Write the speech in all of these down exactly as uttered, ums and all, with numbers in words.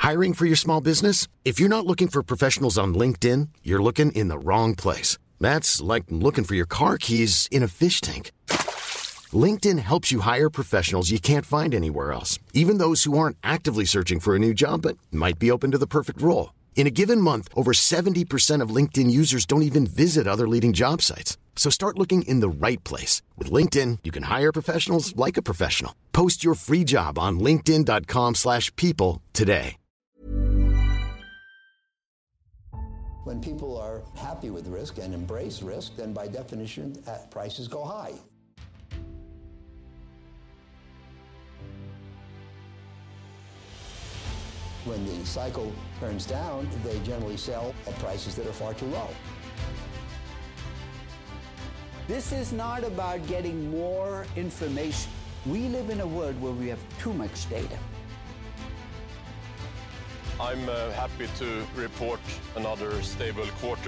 Hiring for your small business? If you're not looking for professionals on LinkedIn, you're looking in the wrong place. That's like looking for your car keys in a fish tank. LinkedIn helps you hire professionals you can't find anywhere else, even those who aren't actively searching for a new job but might be open to the perfect role. In a given month, over seventy percent of LinkedIn users don't even visit other leading job sites. So start looking in the right place. With LinkedIn, you can hire professionals like a professional. Post your free job on linkedin dot com slash people today. When people are happy with risk and embrace risk, then by definition, uh, prices go high. When the cycle turns down, they generally sell at prices that are far too low. This is not about getting more information. We live in a world where we have too much data. I'm uh, happy to report another stable quarter.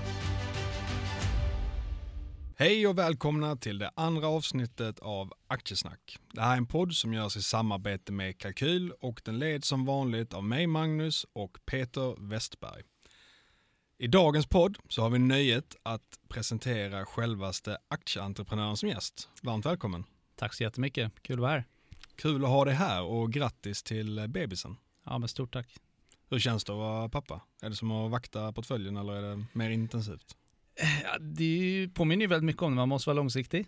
Hej och välkomna till det andra avsnittet av Aktiesnack. Det här är en podd som görs i samarbete med Kalkyl och den leds som vanligt av mig Magnus och Peter Westberg. I dagens podd så har vi nöjet att presentera självaste aktieentreprenören som gäst. Varmt välkommen. Tack så jättemycket. Kul att vara här. Kul att ha dig här och grattis till bebisen. Ja, men stort tack. Hur känns det att vara pappa? Är det som att vakta portföljen eller är det mer intensivt? Ja, det påminner ju väldigt mycket om det. Man måste vara långsiktig.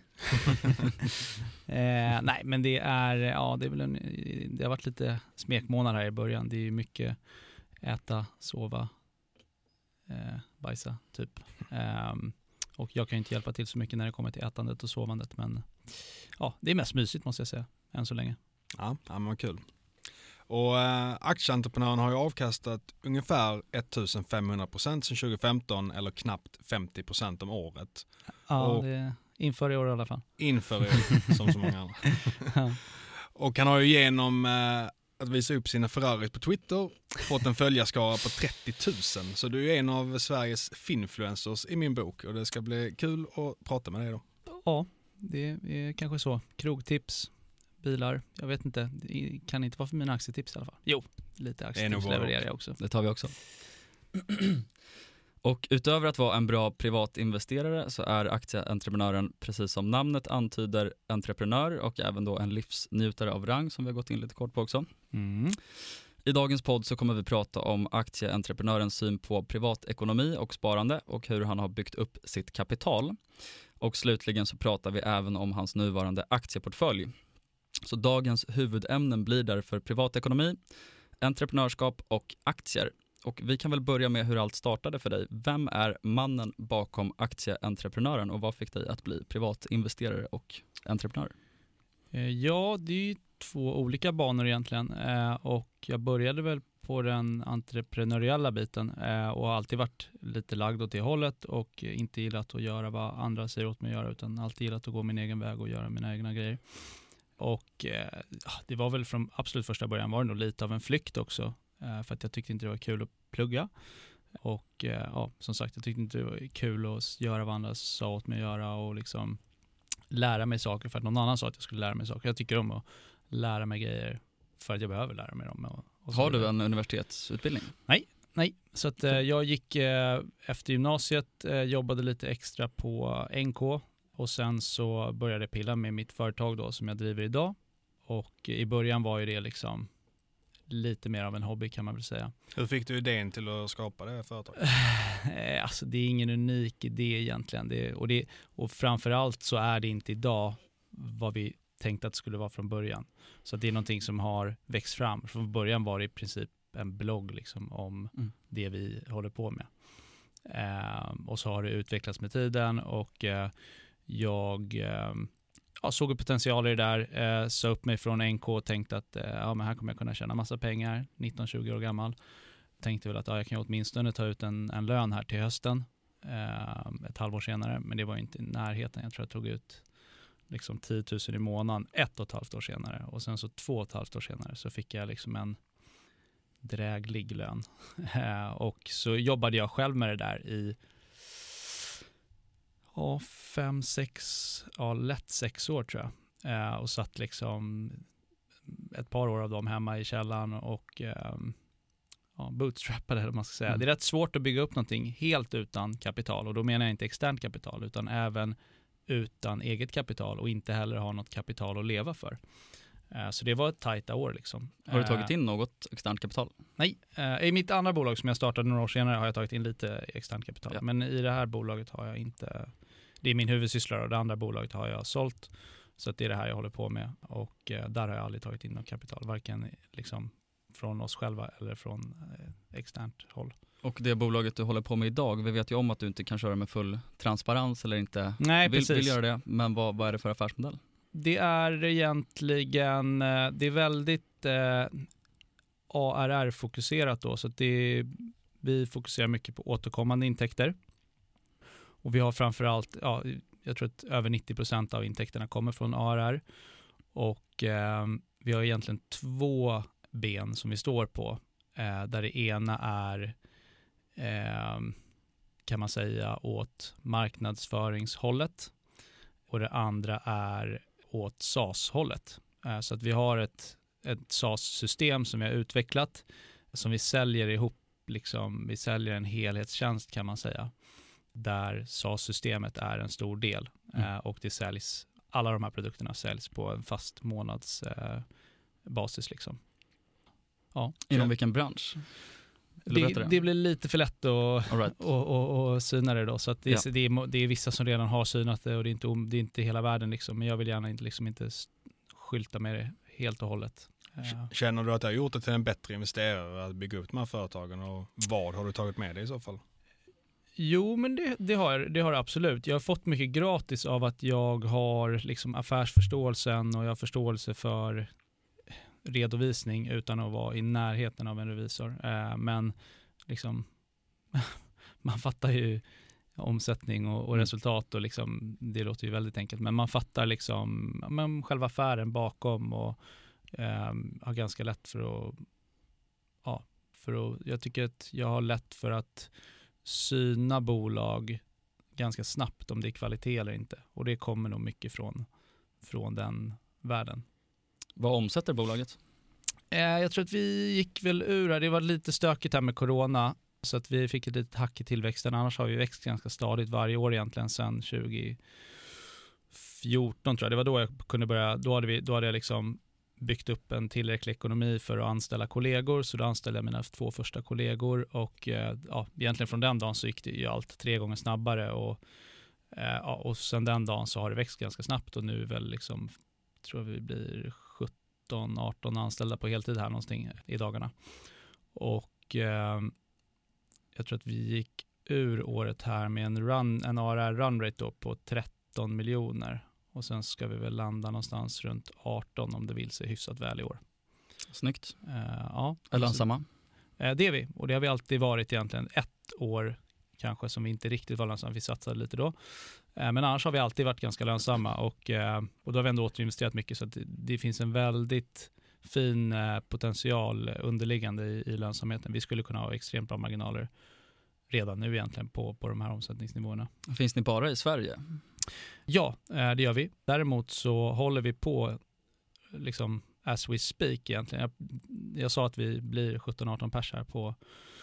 eh, nej, men det är, ja, det är väl en, det har varit lite smekmånader här i början. Det är mycket äta, sova, eh, bajsa typ. Eh, och jag kan ju inte hjälpa till så mycket när det kommer till ätandet och sovandet. Men ja, det är mest mysigt måste jag säga, än så länge. Ja, ja men kul. Och äh, aktieentreprenören har ju avkastat ungefär femtonhundra procent sedan tjugo femton eller knappt femtio procent om året. Ja, och det är inför i år i alla fall. Inför i år, som så många andra. Ja. Och han har ju genom äh, att visa upp sina Ferraris på Twitter fått en följarskara på trettio tusen. Så du är en av Sveriges finfluencers i min bok och det ska bli kul att prata med dig då. Ja, det är kanske så. Krogtips. Bilar, jag vet inte. Det kan inte vara för mina aktietips i alla fall. Jo, lite aktietips levererar jag också. Det tar vi också. Och utöver att vara en bra privatinvesterare så är aktieentreprenören, precis som namnet antyder, entreprenör och även då en livsnjutare av rang som vi har gått in lite kort på också. Mm. I dagens podd så kommer vi prata om aktieentreprenörens syn på privatekonomi och sparande och hur han har byggt upp sitt kapital. Och slutligen så pratar vi även om hans nuvarande aktieportfölj. Så dagens huvudämnen blir därför privatekonomi, entreprenörskap och aktier. Och vi kan väl börja med hur allt startade för dig. Vem är mannen bakom aktieentreprenören och vad fick dig att bli privatinvesterare och entreprenör? Ja, det är ju två olika banor egentligen. Och jag började väl på den entreprenöriella biten och har alltid varit lite lagd åt det hållet och inte gillat att göra vad andra säger åt mig att göra utan alltid gillat att gå min egen väg och göra mina egna grejer. Och eh, det var väl från absolut första början var det nog lite av en flykt också. Eh, för att jag tyckte inte det var kul att plugga. Och eh, ja, som sagt, jag tyckte inte det var kul att göra vad andra sa åt mig att göra och liksom lära mig saker för att någon annan sa att jag skulle lära mig saker. Jag tycker om att lära mig grejer för att jag behöver lära mig dem. Och, och Har du en universitetsutbildning? Nej, nej. Så att eh, jag gick eh, efter gymnasiet, eh, jobbade lite extra på N K. Och sen så började jag pilla med mitt företag då som jag driver idag. Och i början var ju det liksom lite mer av en hobby kan man väl säga. Hur fick du idén till att skapa det här företaget? Alltså det är ingen unik idé egentligen. Det, och, det, och framförallt så är det inte idag vad vi tänkte att det skulle vara från början. Så det är någonting som har växt fram. Från början var det i princip en blogg liksom om mm. det vi håller på med. Eh, och så har det utvecklats med tiden och eh, jag eh, ja, såg potential i det där, eh, sa upp mig från N K och tänkte att eh, ja, men här kommer jag kunna tjäna massa pengar, nitton tjugo år gammal. Tänkte väl att ja, jag kan åtminstone ta ut en, en lön här till hösten, eh, ett halvår senare, men det var inte i närheten. Jag tror jag tog ut liksom tio tusen i månaden ett och ett halvt år senare och sen så två och ett halvt år senare så fick jag liksom en dräglig lön. Och så jobbade jag själv med det där i ja, fem, sex, ja, lätt sex år tror jag. Eh, och satt liksom ett par år av dem hemma i källaren och eh, ja, bootstrappade, eller vad man ska säga. Mm. Det är rätt svårt att bygga upp någonting helt utan kapital, och då menar jag inte externt kapital utan även utan eget kapital och inte heller ha något kapital att leva för. Så det var ett tajta år liksom. Har du tagit in något externt kapital? Nej, i mitt andra bolag som jag startade några år senare har jag tagit in lite externt kapital. Ja. Men i det här bolaget har jag inte, det är min huvudsyssla, och det andra bolaget har jag sålt. Så att det är det här jag håller på med, och där har jag aldrig tagit in något kapital, varken liksom från oss själva eller från externt håll. Och det bolaget du håller på med idag, vi vet ju om att du inte kan köra med full transparens eller inte Nej, vill, precis. vill göra det, men vad, vad är det för affärsmodell? Det är egentligen, det är väldigt eh, A R R-fokuserat då, så att det, vi fokuserar mycket på återkommande intäkter. Och vi har framförallt, ja, jag tror att över nittio procent av intäkterna kommer från A R R. Och eh, vi har egentligen två ben som vi står på, eh, där det ena är eh, kan man säga åt marknadsföringshållet, och det andra är åt SaaS-hållet. Så att vi har ett, ett SaaS-system som vi har utvecklat, som vi säljer ihop, liksom, vi säljer en helhetstjänst kan man säga, där SaaS-systemet är en stor del. Mm. Och det säljs, alla de här produkterna säljs på en fast månads eh, basis liksom. Ja. Inom vilken bransch? Det, det? det blir lite för lätt att right. och, och, och syna det då. Så att det, ja. det, är, det är vissa som redan har synat det, och det är inte, det är inte hela världen liksom. Men jag vill gärna inte, liksom inte skylta med det helt och hållet. Känner du att det har gjort det till en bättre investerare att bygga upp de här företagen, och vad har du tagit med dig i så fall? Jo, men det, det har det har absolut. Jag har fått mycket gratis av att jag har liksom affärsförståelsen, och jag har förståelse för redovisning utan att vara i närheten av en revisor. Eh, men liksom man fattar ju omsättning och, och resultat, och liksom, det låter ju väldigt enkelt, men man fattar liksom men själva affären bakom, och eh, har ganska lätt för att ja, för att, jag tycker att jag har lätt för att syna bolag ganska snabbt om det är kvalitet eller inte, och det kommer nog mycket från, från den världen. Vad omsätter bolaget? Eh, jag tror att vi gick väl ur här. Det var lite stökigt här med corona, så att vi fick ett litet hack i tillväxten. Annars har vi växt ganska stadigt varje år egentligen sedan tjugo fjorton tror jag. Det var då jag kunde börja, då hade, vi, då hade jag liksom byggt upp en tillräcklig ekonomi för att anställa kollegor, så då anställde jag mina två första kollegor, och eh, ja, egentligen från den dagen så gick det ju allt tre gånger snabbare, och, eh, ja, och sen den dagen så har det växt ganska snabbt, och nu väl liksom, tror vi blir sjutton arton anställda på heltid här någonstans i dagarna. Och eh, jag tror att vi gick ur året här med en, run, en A R R run rate då på tretton miljoner. Och sen ska vi väl landa någonstans runt arton om det vill sig hyfsat väl i år. Snyggt. Uh, ja. Är lönsamma? Uh, det är vi. Och det har vi alltid varit egentligen. Ett år kanske som vi inte riktigt var lönsamma. Vi satsade lite då. Uh, men annars har vi alltid varit ganska lönsamma. Och, uh, och då har vi ändå återinvesterat mycket. Så att det, det finns en väldigt fin uh, potential underliggande i, i lönsamheten. Vi skulle kunna ha extremt bra marginaler redan nu egentligen på, på de här omsättningsnivåerna. Finns ni bara i Sverige? Ja, det gör vi. Däremot så håller vi på liksom as we speak egentligen. Jag, jag sa att vi blir sjutton arton pers här på,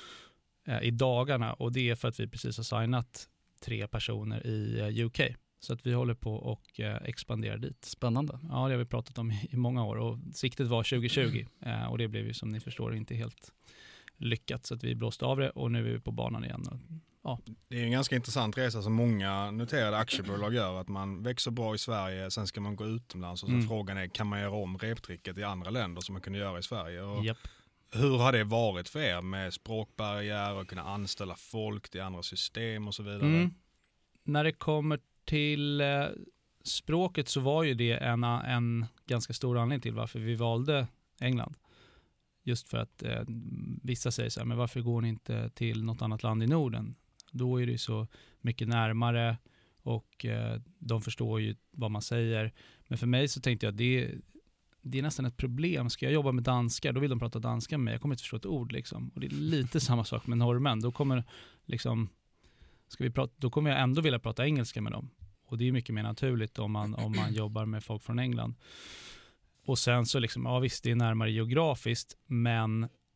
eh, i dagarna, och det är för att vi precis har signat tre personer i eh, U K. Så att vi håller på och eh, expanderar dit. Spännande. Ja, det har vi pratat om i, i många år, och siktet var tjugo tjugo eh, och det blev ju som ni förstår inte helt lyckat, så att vi blåste av det, och nu är vi på banan igen. Och, ja. Det är en ganska intressant resa som många noterade aktiebolag gör, att man växer bra i Sverige, sen ska man gå utomlands, och så Mm. frågan är, kan man göra om reptricket i andra länder som man kunde göra i Sverige? Och Japp. hur har det varit för er med språkbarriär och kunna anställa folk till andra system och så vidare? Mm. När det kommer till eh, språket så var ju det en, en ganska stor anledning till varför vi valde England. Just för att eh, vissa säger så här, men varför går ni inte till något annat land i Norden? Då är det så mycket närmare, och eh, de förstår ju vad man säger. Men för mig så tänkte jag att det, det är nästan ett problem. Ska jag jobba med danskar, då vill de prata danska med mig. Jag kommer inte förstå ett ord liksom. Och det är lite samma sak med norrmän. Då kommer liksom, ska vi prata, då kommer jag ändå vilja prata engelska med dem. Och det är mycket mer naturligt om man, om man jobbar med folk från England. Och sen så liksom, ja visst det är närmare geografiskt, men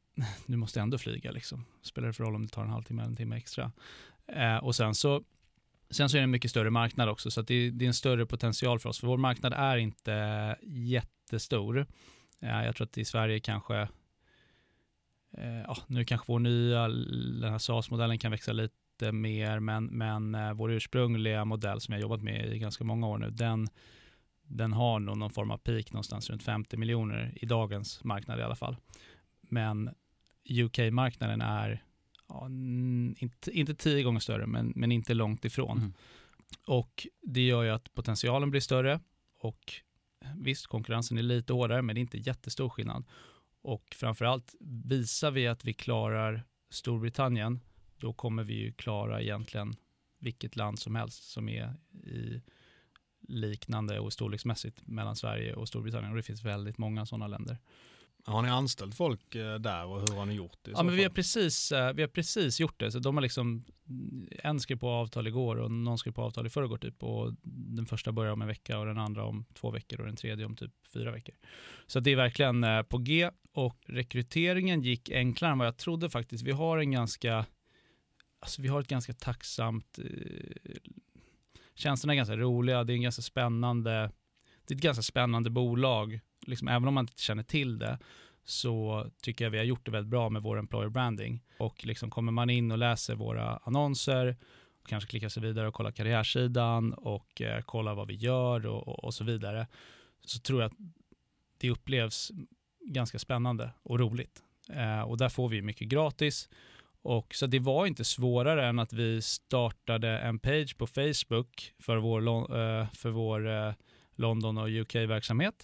du måste ändå flyga liksom. Spelar det för roll om det tar en halvtimme eller en timme extra. Eh, och sen så, sen så är det en mycket större marknad också, så att det, det är en större potential för oss. För vår marknad är inte jättestor. Eh, jag tror att i Sverige kanske, eh, ja, nu kanske vår nya, den här SaaS-modellen kan växa lite mer, men, men eh, vår ursprungliga modell som jag jobbat med i ganska många år nu, den Den har nog någon form av peak någonstans runt femtio miljoner i dagens marknad i alla fall. Men U K-marknaden är ja, inte, inte tio gånger större, men, men inte långt ifrån. Mm. Och det gör ju att potentialen blir större. Och visst, konkurrensen är lite hårdare, men det är inte jättestor skillnad. Och framförallt visar vi att vi klarar Storbritannien, då kommer vi ju klara egentligen vilket land som helst som är i liknande och storleksmässigt mellan Sverige och Storbritannien, och det finns väldigt många sådana länder. Har ni anställt folk där och hur har ni gjort det? Ja, men vi har precis vi har precis gjort det, så de har liksom en skrev på avtal igår och någon skrev på avtal i förrgår typ, och den första börjar om en vecka och den andra om två veckor och den tredje om typ fyra veckor. Så det är verkligen på G, och rekryteringen gick enklare än vad jag trodde faktiskt. Vi har en ganska alltså vi har ett ganska tacksamt tjänsterna är ganska roliga, det är en ganska spännande det är ett ganska spännande bolag. Liksom, även om man inte känner till det, så tycker jag vi har gjort det väldigt bra med vår employer branding. Och liksom kommer man in och läser våra annonser och kanske klickar sig vidare och kollar karriärsidan och eh, kollar vad vi gör och, och, och så vidare, så tror jag att det upplevs ganska spännande och roligt. Eh, och där får vi mycket gratis. Och så det var inte svårare än att vi startade en page på Facebook för vår, uh, för vår uh, London och U K-verksamhet.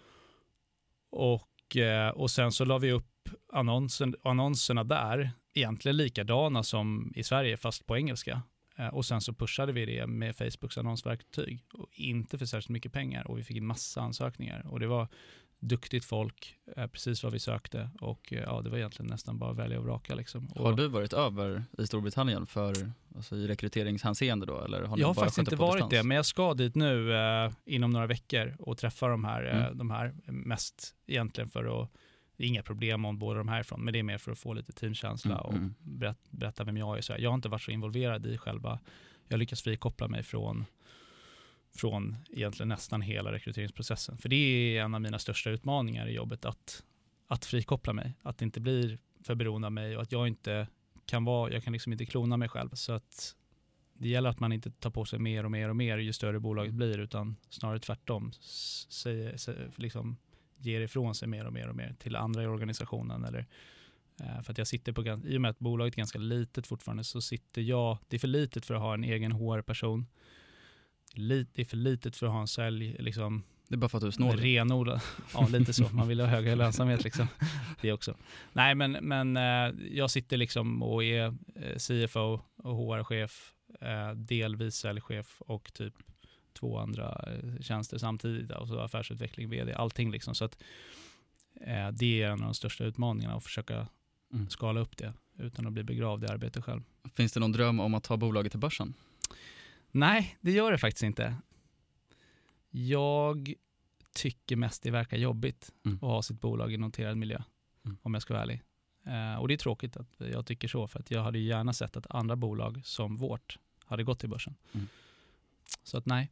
Och, uh, och sen så la vi upp annonsen, annonserna där, egentligen likadana som i Sverige fast på engelska. Uh, och sen så pushade vi det med Facebooks annonsverktyg. Och inte för särskilt mycket pengar, och vi fick en massa ansökningar. Och det var duktigt folk, precis vad vi sökte, och ja, det var egentligen nästan bara välja och vraka liksom. Har du varit över i Storbritannien för, alltså i rekryteringshänseende då, eller har jag har bara faktiskt inte varit distans? det, men jag ska dit nu eh, inom några veckor och träffa de här, mm. eh, de här mest egentligen för att, det är inga problem om båda de härifrån, men det är mer för att få lite teamkänsla mm. och mm. berätta, berätta vem jag är. Så jag har inte varit så involverad i själva, jag lyckas frikoppla mig från från egentligen nästan hela rekryteringsprocessen. För det är en av mina största utmaningar i jobbet, att, att frikoppla mig. Att det inte blir för beroende av mig, och att jag inte kan vara, jag kan liksom inte klona mig själv. Så att det gäller att man inte tar på sig mer och mer och mer ju större bolaget blir, utan snarare tvärtom. Säger, liksom, ger ifrån sig mer och mer och mer till andra i organisationen. Eller, eh, för att jag sitter på, i och med att bolaget är ganska litet fortfarande, så sitter jag, det är för litet för att ha en egen H R-person. Det är för litet för att ha en sälj liksom, det är bara för att du är snål. Renodlad. Ja, lite så. Man vill ha högre lönsamhet liksom. Det också. Nej, men, men jag sitter liksom och är C F O och H R-chef, delvis säljchef och typ två andra tjänster samtidigt, och så affärsutveckling, vd, allting liksom. Så att det är en av de största utmaningarna, att försöka mm. skala upp det utan att bli begravd i arbetet själv. Finns det någon dröm om att ta bolaget till börsen? Nej, det gör det faktiskt inte. Jag tycker mest det verkar jobbigt mm. att ha sitt bolag i noterad miljö, mm. om jag ska vara ärlig. Eh, och det är tråkigt att jag tycker så, för att jag hade gärna sett att andra bolag som vårt hade gått till börsen. Mm. Så att nej.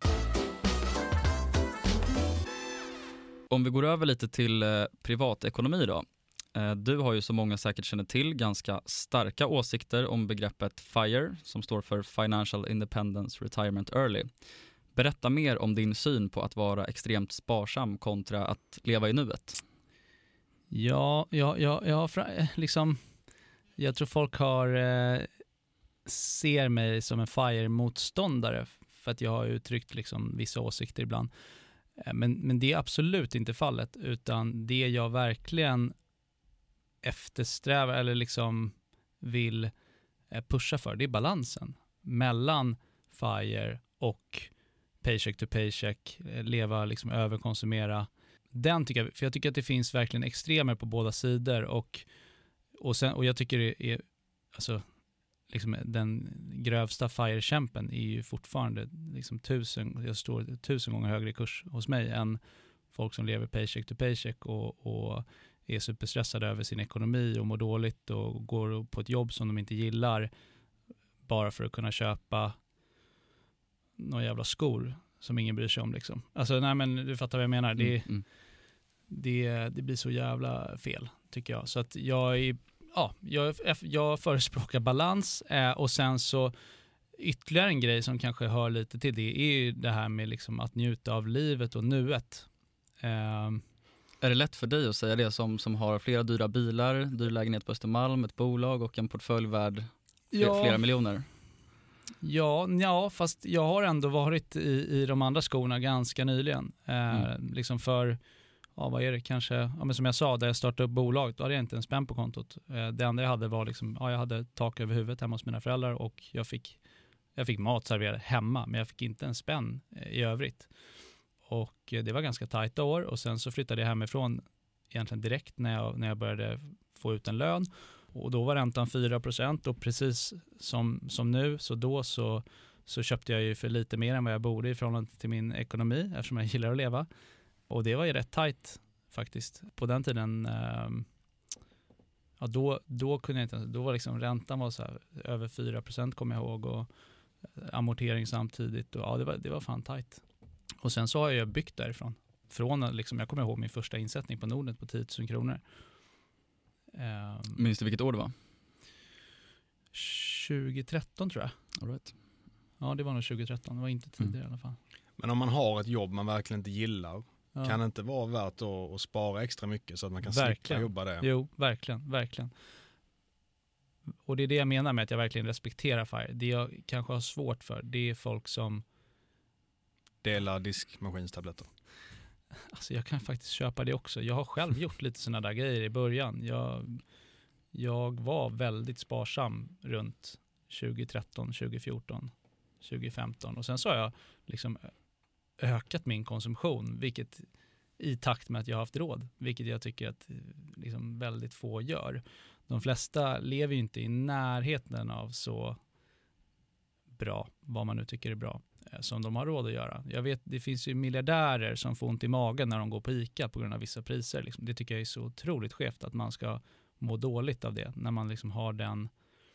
Om vi går över lite till eh, privatekonomi då. Du har ju, som många säkert känner till, ganska starka åsikter om begreppet FIRE, som står för Financial Independence Retirement Early. Berätta mer om din syn på att vara extremt sparsam kontra att leva i nuet. Ja, ja, ja, ja liksom, jag tror folk har eh, ser mig som en FIRE-motståndare, för att jag har uttryckt liksom vissa åsikter ibland. Men, men det är absolut inte fallet, utan det jag verkligen eftersträvar eller liksom vill pusha för, det är balansen mellan FIRE och paycheck to paycheck, leva liksom överkonsumera. Den tycker jag, för jag tycker att det finns verkligen extremer på båda sidor, och och sen och jag tycker det är alltså liksom den grövsta FIRE-kämpen är ju fortfarande liksom tusen, jag står tusen gånger högre kurs hos mig än folk som lever paycheck to paycheck och, och är superstressade över sin ekonomi och mår dåligt och går på ett jobb som de inte gillar bara för att kunna köpa några jävla skor som ingen bryr sig om liksom. Alltså nej men du fattar vad jag menar. Det, Mm, mm. det, det blir så jävla fel tycker jag. Så att jag är, ja, jag, jag förespråkar balans eh, och sen så ytterligare en grej som kanske hör lite till det är ju det här med liksom att njuta av livet och nuet. Eh, Är det lätt för dig att säga det som, som har flera dyra bilar, dyr lägenhet på Östermalm, ett bolag och en portfölj värd fler, Ja. flera miljoner? Ja, ja, fast jag har ändå varit i, i de andra skorna ganska nyligen. Eh, Mm. Liksom för, ja vad är det, kanske, ja, men som jag sa, där jag startade upp bolaget, då hade jag inte en spänn på kontot. Eh, det enda jag hade var liksom, ja jag hade tak över huvudet hemma hos mina föräldrar och jag fick, jag fick mat serverad hemma, men jag fick inte en spänn eh, i övrigt. Och eh, det var ganska tajta år och sen så flyttade jag hemifrån egentligen direkt när jag, när jag började få ut en lön. Och då var räntan fyra procent och precis som, som nu så då så, så köpte jag ju för lite mer än vad jag borde i förhållande till min ekonomi eftersom jag gillar att leva. Och det var ju rätt tajt faktiskt. På den tiden, eh, ja då, då kunde jag inte, då var liksom räntan var så här, över fyra procent kommer jag ihåg och amortering samtidigt och ja det var, det var fan tajt. Och sen så har jag byggt därifrån. Från liksom, jag kommer ihåg min första insättning på Nordnet på tio tusen kronor. Um, Minns du vilket år det var? tjugo tretton tror jag. All right. Ja, det var nog tjugo tretton. Det var inte tidigare Mm. i alla fall. Men om man har ett jobb man verkligen inte gillar, Ja. kan det inte vara värt att, att spara extra mycket så att man kan slippa Verkligen. jobba det? Jo, verkligen, verkligen. Och det är det jag menar med att jag verkligen respekterar FIRE. Det jag kanske har svårt för, det är folk som, Dela diskmaskinstabletter. alltså jag kan faktiskt köpa det också. Jag har själv gjort lite sådana där grejer i början. Jag, jag var väldigt sparsam runt tjugo tretton, tjugo fjorton, tjugo femton och sen så har jag liksom ökat min konsumtion, vilket i takt med att jag har haft råd, vilket jag tycker att liksom väldigt få gör. De flesta lever ju inte i närheten av så bra, vad man nu tycker är bra, som de har råd att göra. Jag vet, det finns ju miljardärer som får ont i magen när de går på ICA på grund av vissa priser. Liksom. Det tycker jag är så otroligt skevt att man ska må dåligt av det när man liksom har den,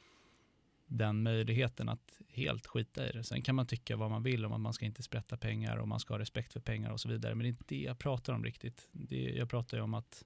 den möjligheten att helt skita i det. Sen kan man tycka vad man vill om att man ska inte sprätta pengar och man ska ha respekt för pengar och så vidare. Men det är inte det jag pratar om riktigt. Det, jag pratar ju om att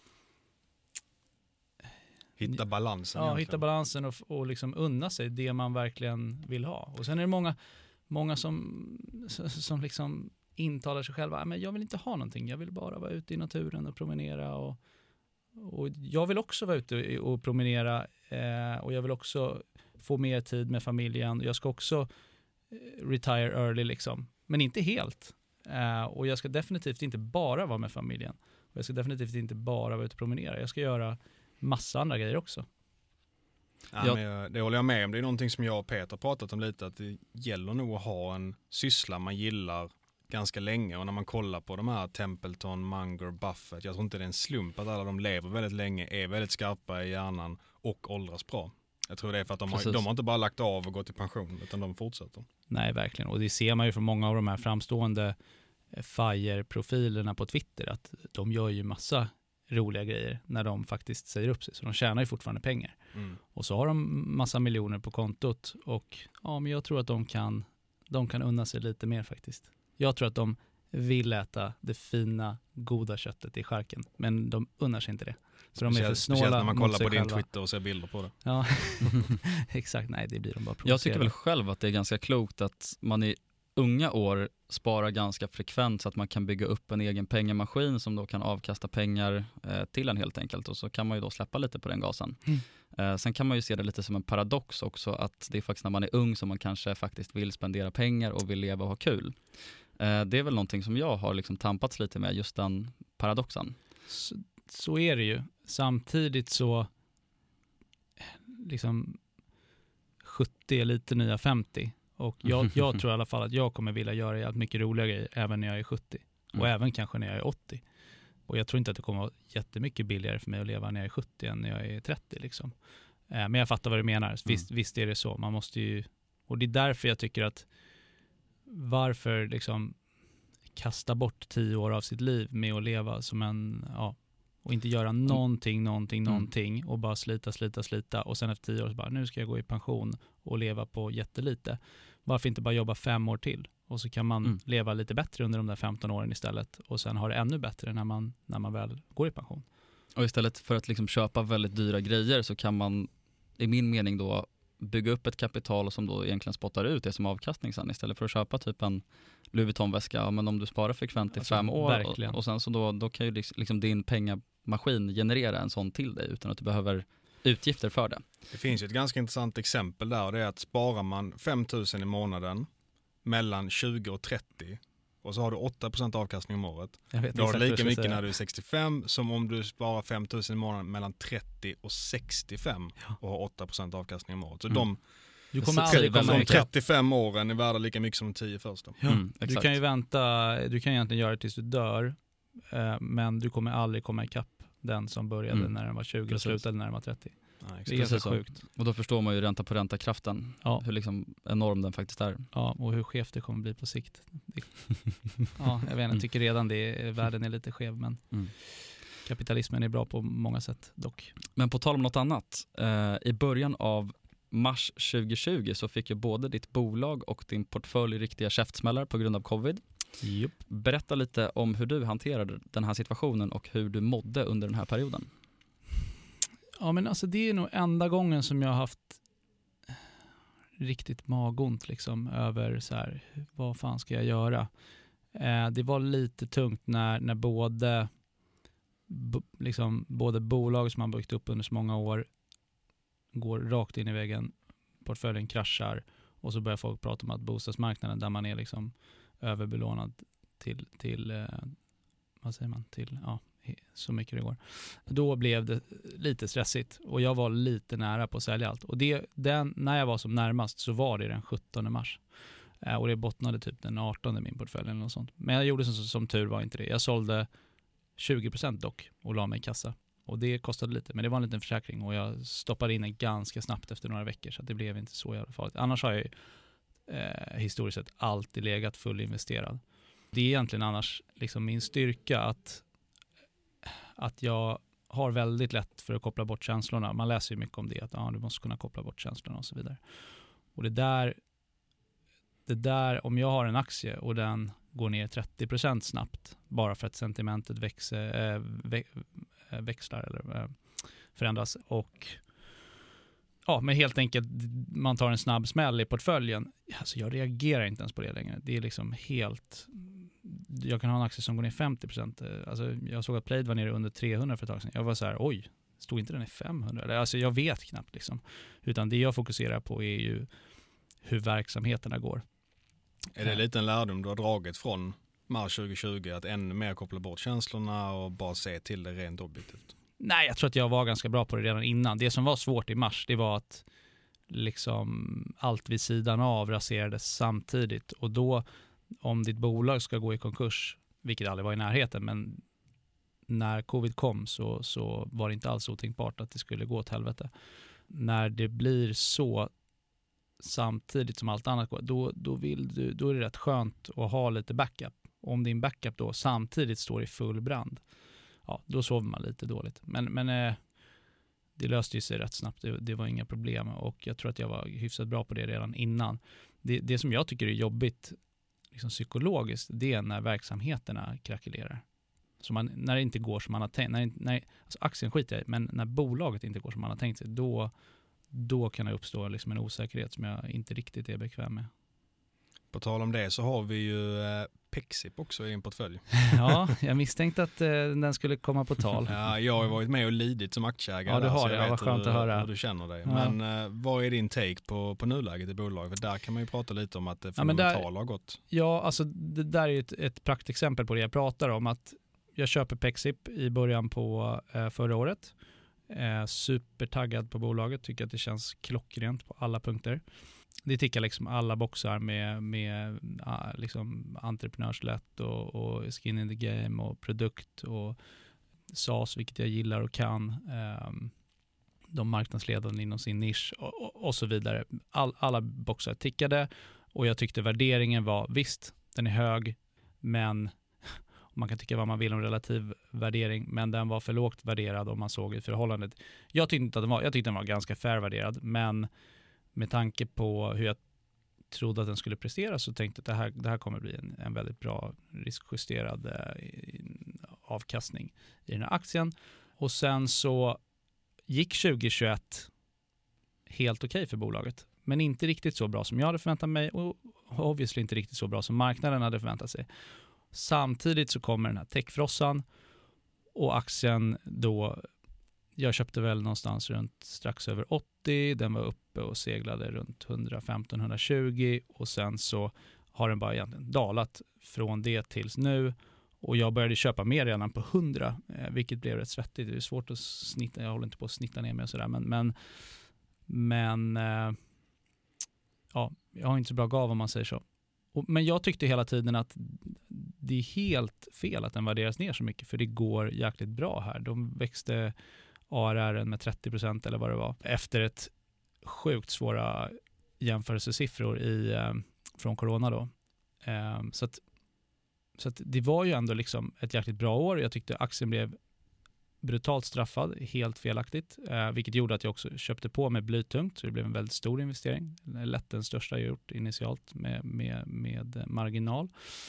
Hitta balansen. Ja, egentligen. hitta balansen och, och liksom unna sig det man verkligen vill ha. Och sen är det många, många som, som liksom intalar sig själva, men jag vill inte ha någonting, jag vill bara vara ute i naturen och promenera. Och, och jag vill också vara ute och promenera eh, och jag vill också få mer tid med familjen. Jag ska också retire early liksom, men inte helt. Eh, och jag ska definitivt inte bara vara med familjen. Och jag ska definitivt inte bara vara ute och promenera. Jag ska göra massa andra grejer också. Ja, Jag- men jag, det håller jag med om. Det är någonting som jag och Peter har pratat om lite, att det gäller nog att ha en syssla man gillar ganska länge. Och när man kollar på de här Templeton, Munger, Buffett, jag tror inte det är en slump att alla de lever väldigt länge, är väldigt skarpa i hjärnan och åldras bra. Jag tror det är för att de har, Precis. de har inte bara lagt av och gått i pension, utan de fortsätter. Nej, verkligen. Och det ser man ju från många av de här framstående FIRE-profilerna på Twitter, att de gör ju massa roliga grejer när de faktiskt säger upp sig. Så de tjänar ju fortfarande pengar. Mm. Och så har de massa miljoner på kontot och ja, men jag tror att de kan, de kan unna sig lite mer faktiskt. Jag tror att de vill äta det fina, goda köttet i charken, men de unnar sig inte det. Så de är för Speciellt, snåla speciellt när man mot kollar sig på din själva. Twitter och ser bilder på det. Ja, exakt. Nej, det blir de bara Jag provocerade. tycker väl själv att det är ganska klokt att man i unga år sparar ganska frekvent så att man kan bygga upp en egen pengamaskin som då kan avkasta pengar eh, till en helt enkelt, och så kan man ju då släppa lite på den gasen. Mm. Eh, sen kan man ju se det lite som en paradox också, att det är faktiskt när man är ung som man kanske faktiskt vill spendera pengar och vill leva och ha kul. Eh, det är väl någonting som jag har liksom tampats lite med, just den paradoxen. Så, så är det ju. Samtidigt så liksom sjuttio är lite nya femtio. Och jag, jag tror i alla fall att jag kommer vilja göra jävligt mycket roliga grejer även när jag är sjuttio. Och Mm. även kanske när jag är åttio. Och jag tror inte att det kommer vara jättemycket billigare för mig att leva när jag är sjuttio än när jag är trettio liksom. Eh, men jag fattar vad du menar. Visst, visst är det så. Man måste ju, och det är därför jag tycker att varför liksom kasta bort tio år av sitt liv med att leva som en, ja, Och inte göra någonting, någonting, mm. någonting och bara slita, slita, slita och sen efter tio år så bara, nu ska jag gå i pension och leva på jättelite. Varför inte bara jobba fem år till? Och så kan man mm. leva lite bättre under de där femton åren istället och sen ha det ännu bättre när man, när man väl går i pension. Och istället för att liksom köpa väldigt dyra grejer så kan man i min mening då bygga upp ett kapital som då egentligen spottar ut det som avkastning sen istället för att köpa typ en Louis Vuitton-väska. Ja, men om du sparar frekvent i alltså, fem år och, och sen så då, då kan ju liksom din pengamaskin generera en sån till dig utan att du behöver utgifter för det. Det finns ju ett ganska intressant exempel där och det är att sparar man fem tusen i månaden mellan tjugo och trettio och så har du åtta procent avkastning om året. Då har du lika mycket säga. När du är sextiofem som om du sparar fem tusen i månaden mellan trettio och sextiofem ja. Och har åtta procent avkastning om året. Så mm. de, du kommer aldrig komma de trettiofem åren är värda lika mycket som de tio första. Ja. Mm, du kan ju vänta, du kan egentligen göra det tills du dör eh, men du kommer aldrig komma ikapp den som började mm. när den var tjugo Precis. Och slutade när den var trettio. Ja, det är ganska sjukt. Och då förstår man ju ränta på ränta-kraften. Ja. Hur liksom enorm den faktiskt är. Ja, och hur skevt det kommer bli på sikt. Ja, jag vet inte, jag tycker redan det världen är lite skev, men mm. kapitalismen är bra på många sätt dock. Men på tal om något annat. Eh, I början av mars tjugo tjugo så fick ju både ditt bolag och din portfölj riktiga käftsmällar på grund av covid. Yep. Berätta lite om hur du hanterade den här situationen och hur du mådde under den här perioden. Ja, men alltså det är nog enda gången som jag har haft riktigt magont liksom över så här, vad fan ska jag göra? Eh, det var lite tungt när, när både b- liksom, både bolag som man byggt upp under så många år går rakt in i väggen, portföljen kraschar och så börjar folk prata om att bostadsmarknaden där man är liksom överbelånad till, till eh, vad säger man, till, ja, så mycket det går. Då blev det lite stressigt och jag var lite nära på att sälja allt. Och det, den, när jag var som närmast så var det den sjuttonde mars. Eh, och det bottnade typ den artonde min portfölj eller något sånt. Men jag gjorde som, som tur var inte det. Jag sålde tjugo procent dock och la mig i kassa. Och det kostade lite, men det var en liten försäkring och jag stoppade in den ganska snabbt efter några veckor så att det blev inte så jävla farligt. Annars har jag ju eh, historiskt sett alltid legat fullinvesterad. Det är egentligen annars liksom min styrka att att jag har väldigt lätt för att koppla bort känslorna. Man läser ju mycket om det, att ja, du måste kunna koppla bort känslorna och så vidare. Och det där, det där, om jag har en aktie och den går ner trettio procent snabbt bara för att sentimentet växer, äh, vä, äh, växlar eller äh, förändras och ja, men helt enkelt man tar en snabb smäll i portföljen. Alltså jag reagerar inte ens på det längre. Det är liksom helt... Jag kan ha en aktie som går ner femtio procent. Alltså jag såg att Plaid var nere under trehundra för ett tag sedan. Jag var så här, oj, stod inte den i femhundra? Alltså jag vet knappt liksom. Utan det jag fokuserar på är ju hur verksamheterna går. Är det lite en lärdom du har dragit från mars tjugo tjugo att ännu mer koppla bort känslorna och bara se till det rent objektivt? Nej, jag tror att jag var ganska bra på det redan innan. Det som var svårt i mars, det var att liksom allt vid sidan av raserades samtidigt. Och då, om ditt bolag ska gå i konkurs, vilket aldrig var i närheten, men när covid kom så, så var det inte alls otänkbart att det skulle gå åt helvete. När det blir så samtidigt som allt annat går, då, då, vill du, då är det rätt skönt att ha lite backup. Och om din backup då samtidigt står i full brand, ja, då sover man lite dåligt. Men, men eh, det löste ju sig rätt snabbt. Det, det var inga problem. Och jag tror att jag var hyfsat bra på det redan innan. Det, det som jag tycker är jobbigt liksom psykologiskt, det är när verksamheterna krackelerar. Så man, när det inte går som man har tänkt. När, när, alltså aktien skiter jag i, men när bolaget inte går som man har tänkt sig, då, då kan det uppstå liksom en osäkerhet som jag inte riktigt är bekväm med. På tal om det så har vi ju eh, Pexip också i en portfölj. Ja, jag misstänkte att eh, den skulle komma på tal. Ja, jag har varit med och lidit som aktieägare. Ja, du har det. Ja, vad skönt hur, att höra. hur du känner dig. Ja. Men eh, vad är din take på, på nuläget i bolaget? För där kan man ju prata lite om att det ja, där, har gått. Ja, alltså det där är ju ett, ett praktexempel på det jag pratar om. Att jag köper Pexip i början på eh, förra året. Eh, supertaggad på bolaget. Tycker att det känns klockrent på alla punkter. Det tickar liksom alla boxar med, med uh, liksom entreprenörslätt och, och skin in the game och produkt och SaaS, vilket jag gillar och kan. Um, de marknadsledande inom sin nisch och, och, och så vidare. All, alla boxar tickade och jag tyckte värderingen var, visst, den är hög, men om man kan tycka vad man vill om relativ värdering, men den var för lågt värderad om man såg i förhållandet. Jag tyckte inte att den var, jag tyckte den var ganska fair värderad, men med tanke på hur jag trodde att den skulle prestera så tänkte jag att det här, det här kommer bli en, en väldigt bra riskjusterad eh, avkastning i den här aktien. Och sen så gick tjugohundratjugoett helt okej okay för bolaget, men inte riktigt så bra som jag hade förväntat mig och obviously inte riktigt så bra som marknaden hade förväntat sig. Samtidigt så kommer den här techfrossan och aktien då, jag köpte väl någonstans runt strax över åttio, den var uppe och seglade runt hundrafemton till hundratjugo och sen så har den bara egentligen dalat från det tills nu och jag började köpa mer redan på hundra, vilket blev rätt svettigt. Det är svårt att snitta, jag håller inte på att snitta ner mig och sådär, men men, men eh, ja, jag har inte så bra gav om man säger så. Och, men jag tyckte hela tiden att det är helt fel att den värderas ner så mycket, för det går jäkligt bra här. De växte A R R med trettio procent eller vad det var efter ett sjukt svåra jämförelsesiffror i, eh, från corona då. Eh, så att, så att det var ju ändå liksom ett jäkligt bra år. Jag tyckte aktien blev brutalt straffad, helt felaktigt, eh, vilket gjorde att jag också köpte på med blytungt, så det blev en väldigt stor investering. Lätt den största jag gjort initialt med, med, med marginal.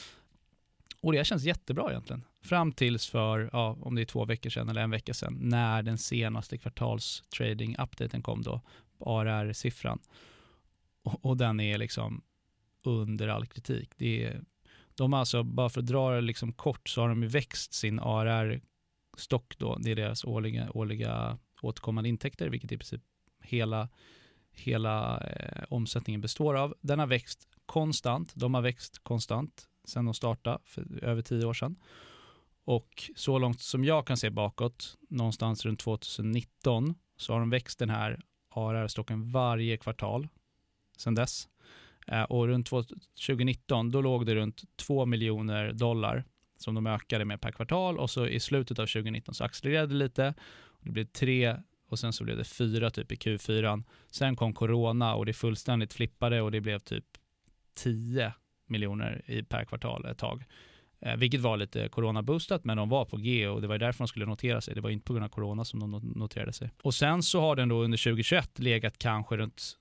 Och det känns jättebra egentligen. Fram tills för, ja, om det är två veckor sedan eller en vecka sedan, när den senaste kvartals-trading-updaten kom då, A R R-siffran. Och, och den är liksom under all kritik. Det är, de har alltså, bara för att dra det liksom kort, så har de ju växt sin A R R-stock då. Det är deras årliga, årliga återkommande intäkter, vilket i princip hela, hela eh, omsättningen består av. Den har växt konstant. De har växt konstant sen de startade för över tio år sedan. Och så långt som jag kan se bakåt, någonstans runt tjugonitton, så har de växt den här A R R-stocken varje kvartal sedan dess. Eh, och runt tjugonitton, då låg det runt två miljoner dollar som de ökade med per kvartal. Och så i slutet av tjugonitton så accelererade det lite. Det blev tre och sen så blev det fyra typ i Q fyra. Sen kom corona och det fullständigt flippade och det blev typ tio miljoner i per kvartal ett tag. Eh, vilket var lite corona-boostat, men de var på G och det var därför de skulle notera sig. Det var inte på grund av corona som de noterade sig. Och sen så har den då under tjugohundratjugoett legat kanske runt,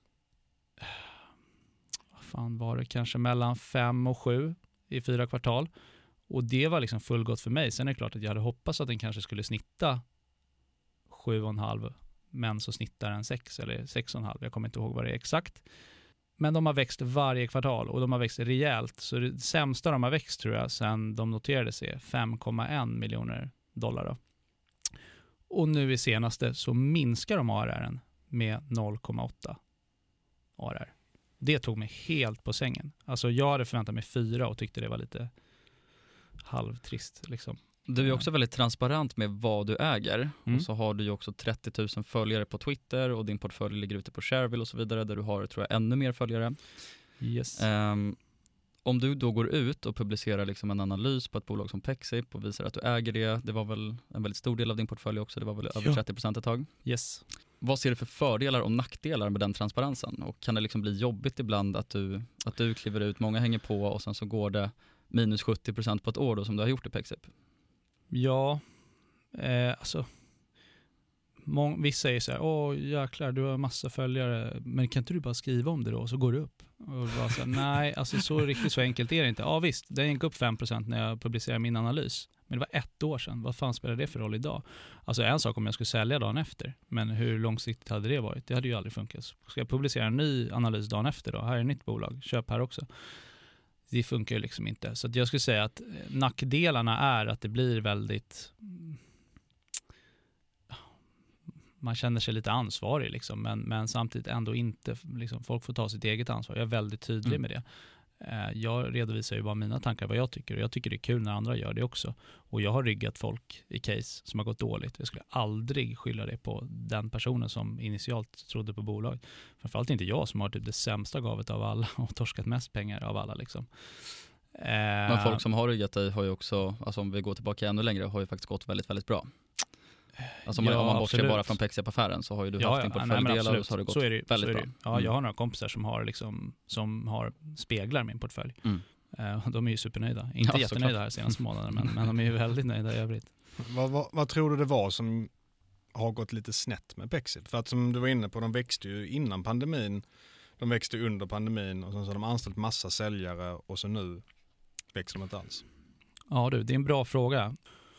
vad fan var det, kanske mellan fem och sju i fyra kvartal. Och det var liksom fullgott för mig. Sen är det klart att jag hade hoppats att den kanske skulle snitta sju och en halv, men så snittar den sex eller sex och en halv. Jag kommer inte ihåg vad det är exakt. Men de har växt varje kvartal och de har växt rejält. Så det sämsta de har växt tror jag sen de noterade sig fem komma en miljoner dollar då. Och nu i senaste så minskar de A R R med noll komma åtta A R R. Det tog mig helt på sängen. Alltså jag hade förväntat mig fyra och tyckte det var lite halvtrist liksom. Du är också väldigt transparent med vad du äger. Mm. Och så har du ju också trettio tusen följare på Twitter och din portfölj ligger ute på Shareville och så vidare, där du har, tror jag, ännu mer följare. Yes. Um, om du då går ut och publicerar liksom en analys på ett bolag som Pexip och visar att du äger det, det var väl en väldigt stor del av din portfölj också, det var väl över ja. trettio procent ett tag. Yes. Vad ser du för fördelar och nackdelar med den transparensen? Och kan det liksom bli jobbigt ibland att du, att du kliver ut, många hänger på och sen så går det minus sjuttio procent på ett år då, som du har gjort i Pexip? Ja, eh, alltså mång, vissa säger så här, åh jäklar, du har massa följare, men kan inte du bara skriva om det då och så går det upp? Och bara så här, nej, alltså så riktigt så enkelt är det inte. Ja visst, den gick upp fem procent när jag publicerade min analys, men det var ett år sedan. Vad fan spelar det för roll idag? Alltså en sak om jag skulle sälja dagen efter, men hur långsiktigt hade det varit? Det hade ju aldrig funkat. Ska jag publicera en ny analys dagen efter då? Här är ett nytt bolag, köp här också. Det funkar ju liksom inte. Så att jag skulle säga att nackdelarna är att det blir väldigt, man känner sig lite ansvarig liksom, men, men samtidigt ändå inte liksom, folk får ta sitt eget ansvar. Jag är väldigt tydlig mm. med det. Jag redovisar ju bara mina tankar, vad jag tycker, och jag tycker det är kul när andra gör det också. Och jag har ryggat folk i case som har gått dåligt. Jag skulle aldrig skylla det på den personen som initialt trodde på bolaget. Framförallt inte jag som har typ det sämsta gavet av alla och torskat mest pengar av alla liksom. Men folk som har ryggat dig har ju också, alltså om vi går tillbaka ännu längre, har ju faktiskt gått väldigt, väldigt bra. Alltså om man, ja, om man bortser bara från Pexip-affären så har ju du ja, haft din portföljdelar och så har det gått så är det, väldigt så är bra. det. Ja, mm. Jag har några kompisar som har, liksom, som har speglar min portfölj. Mm. Eh, de är ju supernöjda. Inte Ja, jättenöjda här senaste månaden, men, men de är ju väldigt nöjda i övrigt. Vad, vad, vad tror du det var som har gått lite snett med Pexip? För att som du var inne på, de växte ju innan pandemin, de växte under pandemin och sen så har de anställt massa säljare och så nu växer de inte alls. Ja du, det är en bra fråga.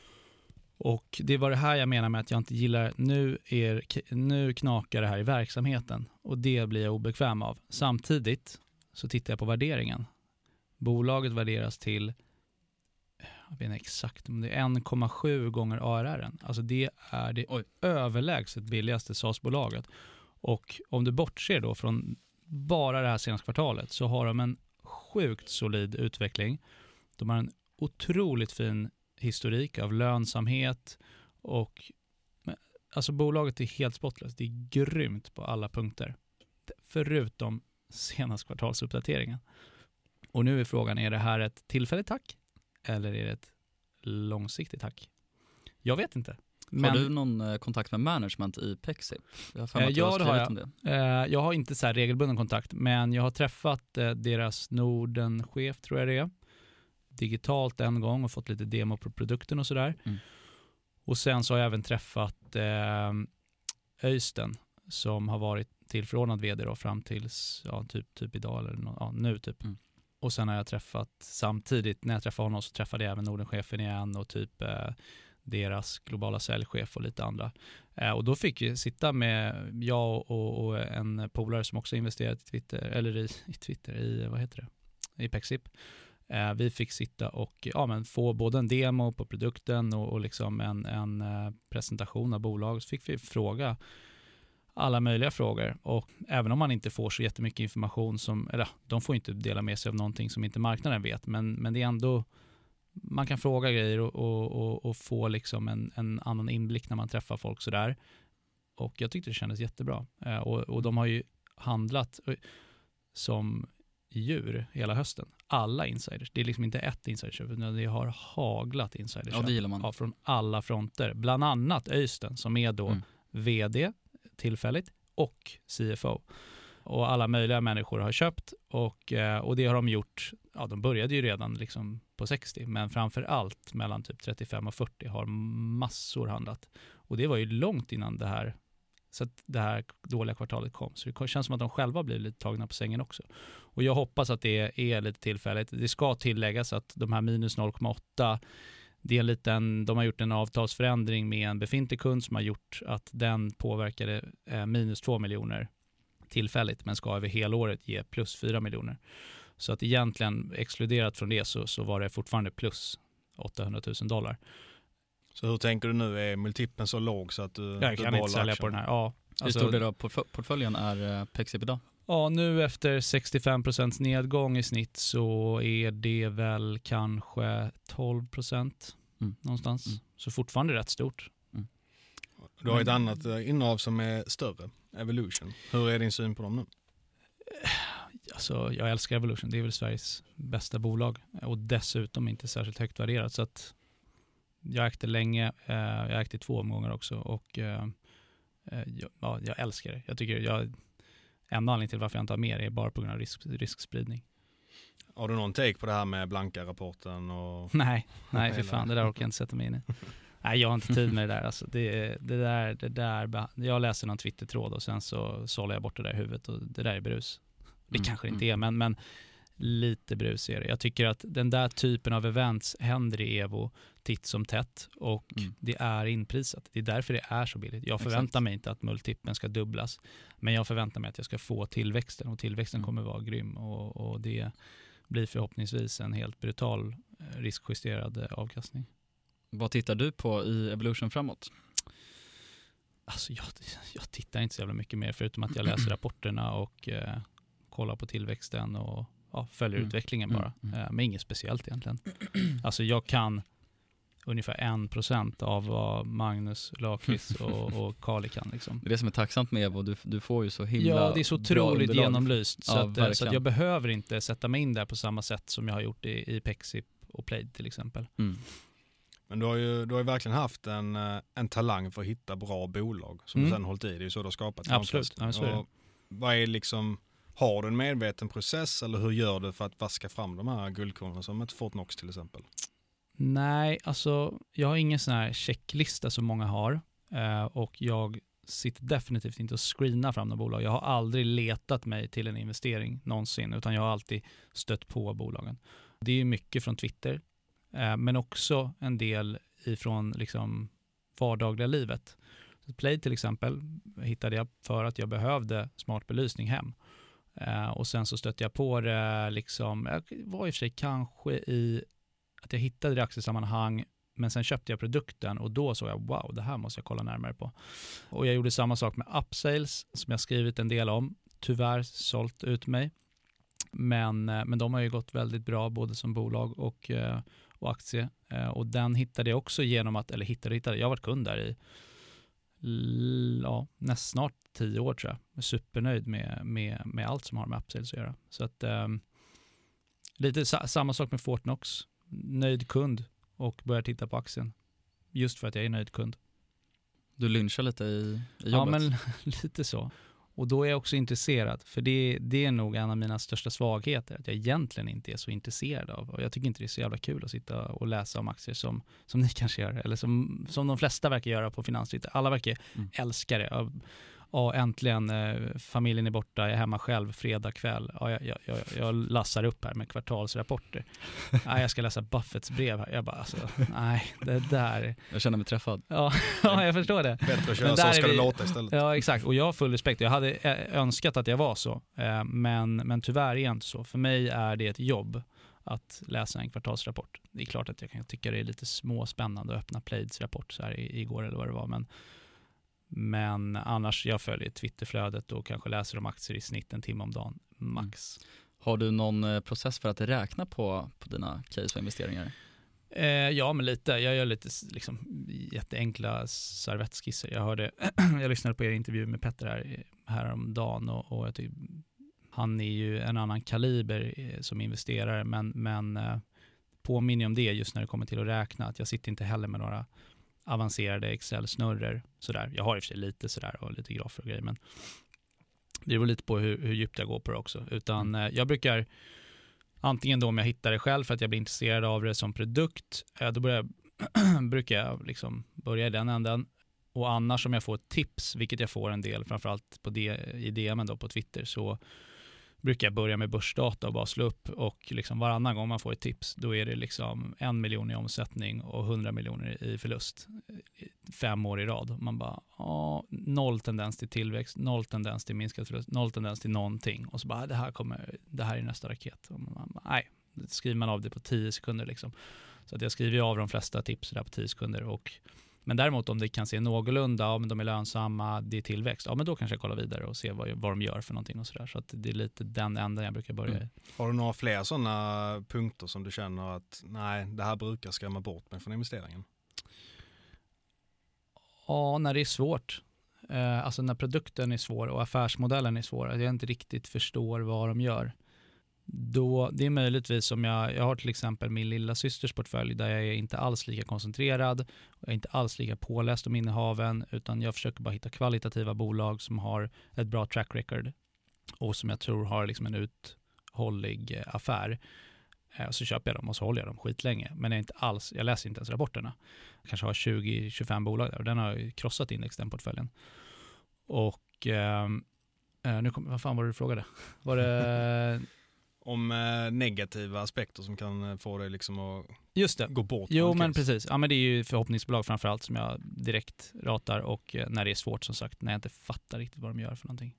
Och det var det här jag menar med att jag inte gillar, nu, är, nu knakar det här i verksamheten och det blir jag obekväm av. Samtidigt så tittar jag på värderingen. Bolaget värderas till, jag vet inte exakt, men det är en komma sju gånger A R R. Alltså det är det Oj. överlägset billigaste SaaS-bolaget. Och om du bortser då från bara det här senaste kvartalet så har de en sjukt solid utveckling. De har en otroligt fin historik av lönsamhet och alltså bolaget är helt spotless. Det är grymt på alla punkter. Förutom senaste kvartalsuppdateringen. Och nu är frågan, är det här ett tillfälligt tack? Eller är det ett långsiktigt tack? Jag vet inte. Men, har du någon eh, kontakt med management i Pexip? Jag har eh, ja, det har jag. Det. Eh, jag har inte så här regelbunden kontakt, men jag har träffat eh, deras Norden-chef, tror jag det är, digitalt en gång och fått lite demo på produkten och sådär. Mm. Och sen så har jag även träffat eh, Öysten som har varit tillförordnad vd då fram tills ja, typ, typ idag eller no, ja, nu typ. Mm. Och sen har jag träffat samtidigt, när jag träffade honom så träffade jag även Nordenchefen igen och typ eh, deras globala säljchef och lite andra. Eh, och då fick vi sitta med jag och, och en polare som också investerat i Twitter, eller i, i Twitter, i vad heter det? I Pexip. Eh, vi fick sitta och ja, men få både en demo på produkten och, och liksom en, en eh, presentation av bolag. Så fick vi fråga alla möjliga frågor, och även om man inte får så jättemycket information som, eller de får inte dela med sig av någonting som inte marknaden vet, men, men det är ändå, man kan fråga grejer och, och, och, och få liksom en, en annan inblick när man träffar folk sådär. Och jag tyckte det kändes jättebra. Eh, och, och de har ju handlat som djur hela hösten. Alla insiders. Det är liksom inte ett insiderköp, utan det har haglat insiderköp. Ja, det gillar man. Ja, från alla fronter. Bland annat Öysten som är då mm. vd tillfälligt och C F O. Och alla möjliga människor har köpt och, och det har de gjort, ja de började ju redan liksom på sextio, men framför allt mellan typ trettiofem och fyrtio har massor handlat. Och det var ju långt innan det här, så att det här dåliga kvartalet kom. Så det känns som att de själva blir lite tagna på sängen också. Och jag hoppas att det är lite tillfälligt. Det ska tilläggas att de här minus noll komma åtta, det är en liten, de har gjort en avtalsförändring med en befintlig kund som har gjort att den påverkade eh, minus två miljoner tillfälligt, men ska över helåret ge plus fyra miljoner. Så att egentligen exkluderat från det så, så var det fortfarande plus åttahundratusen dollar. Så hur tänker du nu? Är multipeln så låg så att du, jag du kan inte sälja på den här? Ja. Hur alltså, stor del av portf- portföljen är uh, Pexip idag? Ja, nu efter sextiofem procent nedgång i snitt så är det väl kanske tolv procent mm. någonstans. Mm. Så fortfarande rätt stort. Mm. Du har ett annat innehav som är större, Evolution. Hur är din syn på dem nu? Alltså, jag älskar Evolution. Det är väl Sveriges bästa bolag och dessutom inte särskilt högt värderat. Så att jag ägde länge, eh, jag ägde två omgångar också och eh, jag, ja, jag älskar det. Jag tycker jag, en anledning till varför jag inte har mer är bara på grund av risk, riskspridning. Har du någon take på det här med blanka rapporten? Och... Nej, nej för fan, det där orkar jag inte sätta mig in i. Nej, jag har inte tid med det där. Alltså, det, det där, det där. Jag läser någon Twitter-tråd och sen så sållar jag bort det där i huvudet och det där är brus. Det mm, kanske inte är, men, men lite brus är det. Jag tycker att den där typen av events händer i Evo titt som tätt och mm. det är inprisat. Det är därför det är så billigt. Jag förväntar Exakt. mig inte att multipeln ska dubblas, men jag förväntar mig att jag ska få tillväxten och tillväxten mm. kommer vara grym och, och det blir förhoppningsvis en helt brutal riskjusterad avkastning. Vad tittar du på i Evolution framåt? Alltså jag, jag tittar inte så jävla mycket mer förutom att jag läser rapporterna och eh, kollar på tillväxten och ja, följer mm. utvecklingen bara. Mm. Mm. Men inget speciellt egentligen. Alltså jag kan ungefär en procent av vad Magnus, Lakis och, och Kali kan. Liksom. Det är det som är tacksamt med Evo. Du, du får ju så himla Ja, det är så otroligt genomlyst. Så, ja, att, så att jag behöver inte sätta mig in där på samma sätt som jag har gjort i, i Pexip och Plaid till exempel. Mm. Men du har ju du har ju verkligen haft en, en talang för att hitta bra bolag som mm. du sen hållit i. Det är ju så du har skapat. Absolut. Ja, så är det. Vad är liksom, Har du en medveten process eller hur gör du för att vaska fram de här guldkornen som ett Fortnox till exempel? Nej, alltså jag har ingen sån här checklista som många har eh, och jag sitter definitivt inte och screenar fram några bolag. Jag har aldrig letat mig till en investering någonsin, utan jag har alltid stött på bolagen. Det är mycket från Twitter, eh, men också en del ifrån liksom vardagliga livet. Plaid till exempel hittade jag för att jag behövde smart belysning hem. Eh, och sen så stötte jag på det liksom, jag var i och för sig kanske i att jag hittade det i aktiesammanhang, men sen köpte jag produkten och då såg jag, wow, det här måste jag kolla närmare på. Och jag gjorde samma sak med Upsales som jag skrivit en del om. Tyvärr sålt ut mig. Men, men de har ju gått väldigt bra både som bolag och, och aktie. Och den hittade jag också genom att, eller hittade, hittade, jag har varit kund där i ja, näst snart tio år tror jag. Jag är supernöjd med, med, med allt som har med Upsales att göra. Så att um, lite sa, samma sak med Fortnox. Nöjd kund och börjar titta på aktien. Just för att jag är nöjd kund. Du lynchar lite i, i jobbet? Ja, men lite så. Och då är jag också intresserad. För det, det är nog en av mina största svagheter. Att jag egentligen inte är så intresserad av. Och jag tycker inte det är så jävla kul att sitta och läsa om aktier som, som ni kanske gör. Eller som, som de flesta verkar göra på Finanstwitter. Alla verkar mm. älska det. Ja, äntligen eh, familjen är borta, jag är hemma själv fredag kväll. Ja, jag, jag, jag, jag lassar upp här med kvartalsrapporter. Nej, jag ska läsa Buffetts brev här. Jag bara, alltså, nej, det där. Jag känner mig träffad. Ja, ja jag förstår det. Bättre att köra så ska vi... det låta istället. Ja, exakt. Och jag har full respekt. Jag hade önskat att jag var så. Eh, men, men tyvärr är jag inte så. För mig är det ett jobb att läsa en kvartalsrapport. Det är klart att jag kan tycka det är lite småspännande att öppna Plaids rapport så här igår eller vad det var, men Men annars jag följer Twitterflödet och kanske läser om aktier i snitt en timme om dagen, max. Mm. Har du någon process för att räkna på, på dina case och investeringar? Eh, ja, men lite. Jag gör lite liksom, jätteenkla servettskisser. Jag hörde, jag lyssnade på er intervju med Petter här, här om dagen och, och jag tycker, han är ju en annan kaliber som investerare, men, men eh, påminner om det just när det kommer till att räkna. Att jag sitter inte heller med några avancerade Excel-snurror sådär. Jag har i och för sig lite sådär och lite grafer och grejer, men det beror lite på hur, hur djupt jag går på det också. Utan eh, jag brukar antingen då om jag hittar det själv för att jag blir intresserad av det som produkt, eh, då börjar jag, brukar jag liksom börja i den änden. Och annars om jag får ett tips, vilket jag får en del, framförallt på det, i D M:en då på Twitter, så brukar jag börja med börsdata och bara slå upp, och liksom varannan gång man får ett tips, då är det liksom en miljon i omsättning och hundra miljoner i förlust fem år i rad. Man bara, ja, noll tendens till tillväxt, noll tendens till minskad förlust, noll tendens till någonting. Och så bara, det här kommer, det här är nästa raket. Och man bara, nej, skriver man av det på tio sekunder liksom. Så att jag skriver av de flesta tips där på tio sekunder. Och men däremot om det kan se någorlunda, ja, men de är lönsamma, det är tillväxt, ja men då kanske jag kollar vidare och ser vad, vad de gör för någonting och sådär. Så att det är lite den änden jag brukar börja i. Mm. Har du några fler sådana punkter som du känner att nej, det här brukar skrämma bort mig från investeringen? Ja, när det är svårt. Eh, alltså när produkten är svår och affärsmodellen är svår, att jag inte riktigt förstår vad de gör. Då, det är möjligtvis som jag, jag har till exempel min lilla systers portfölj där jag är inte alls lika koncentrerad och jag är inte alls lika påläst om innehaven, utan jag försöker bara hitta kvalitativa bolag som har ett bra track record och som jag tror har liksom en uthållig affär. Eh, så köper jag dem och så håller jag dem skitlänge, men jag, är inte alls, jag läser inte ens rapporterna. Jag kanske har tjugo till tjugofem bolag där och den har krossat index, den portföljen. Och eh, nu kom, vad fan var det du frågade? Var det... Om eh, negativa aspekter som kan få dig liksom att Just det. gå bort. Jo, men precis. Ja, men det är ju förhoppningsbolag framförallt som jag direkt ratar, och eh, när det är svårt som sagt, när jag inte fattar riktigt vad de gör för någonting.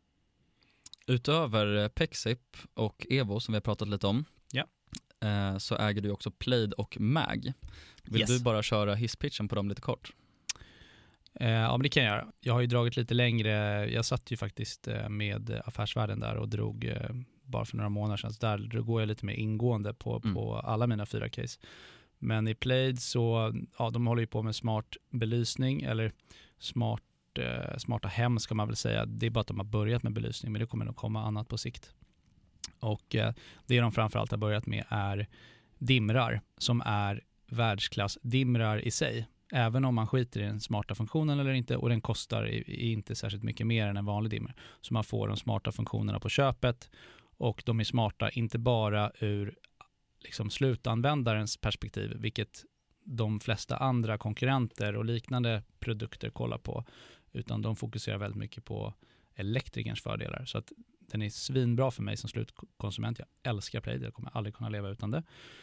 Utöver Pexip och Evo som vi har pratat lite om, ja. eh, så äger du också Plaid och Mag. Vill yes. du bara köra hisspitchen på dem lite kort? Eh, ja, men det kan jag göra. Jag har ju dragit lite längre. Jag satt ju faktiskt eh, med Affärsvärlden där och drog eh, bara för några månader sedan. Så där går jag lite mer ingående på, mm. på alla mina fyra case. Men i Plaid så, ja, de håller ju på med smart belysning, eller smart, eh, smarta hem ska man väl säga. Det är bara att de har börjat med belysning, men det kommer nog komma annat på sikt. Och eh, det de framförallt har börjat med är dimrar som är världsklass dimrar i sig. Även om man skiter i den smarta funktionen eller inte, och den kostar i, i inte särskilt mycket mer än en vanlig dimmer. Så man får de smarta funktionerna på köpet, och de är smarta inte bara ur liksom slutanvändarens perspektiv, vilket de flesta andra konkurrenter och liknande produkter kollar på, utan de fokuserar väldigt mycket på elektrikerns fördelar. Så att den är svinbra för mig som slutkonsument. Jag älskar Plejd, jag kommer aldrig kunna leva utan det.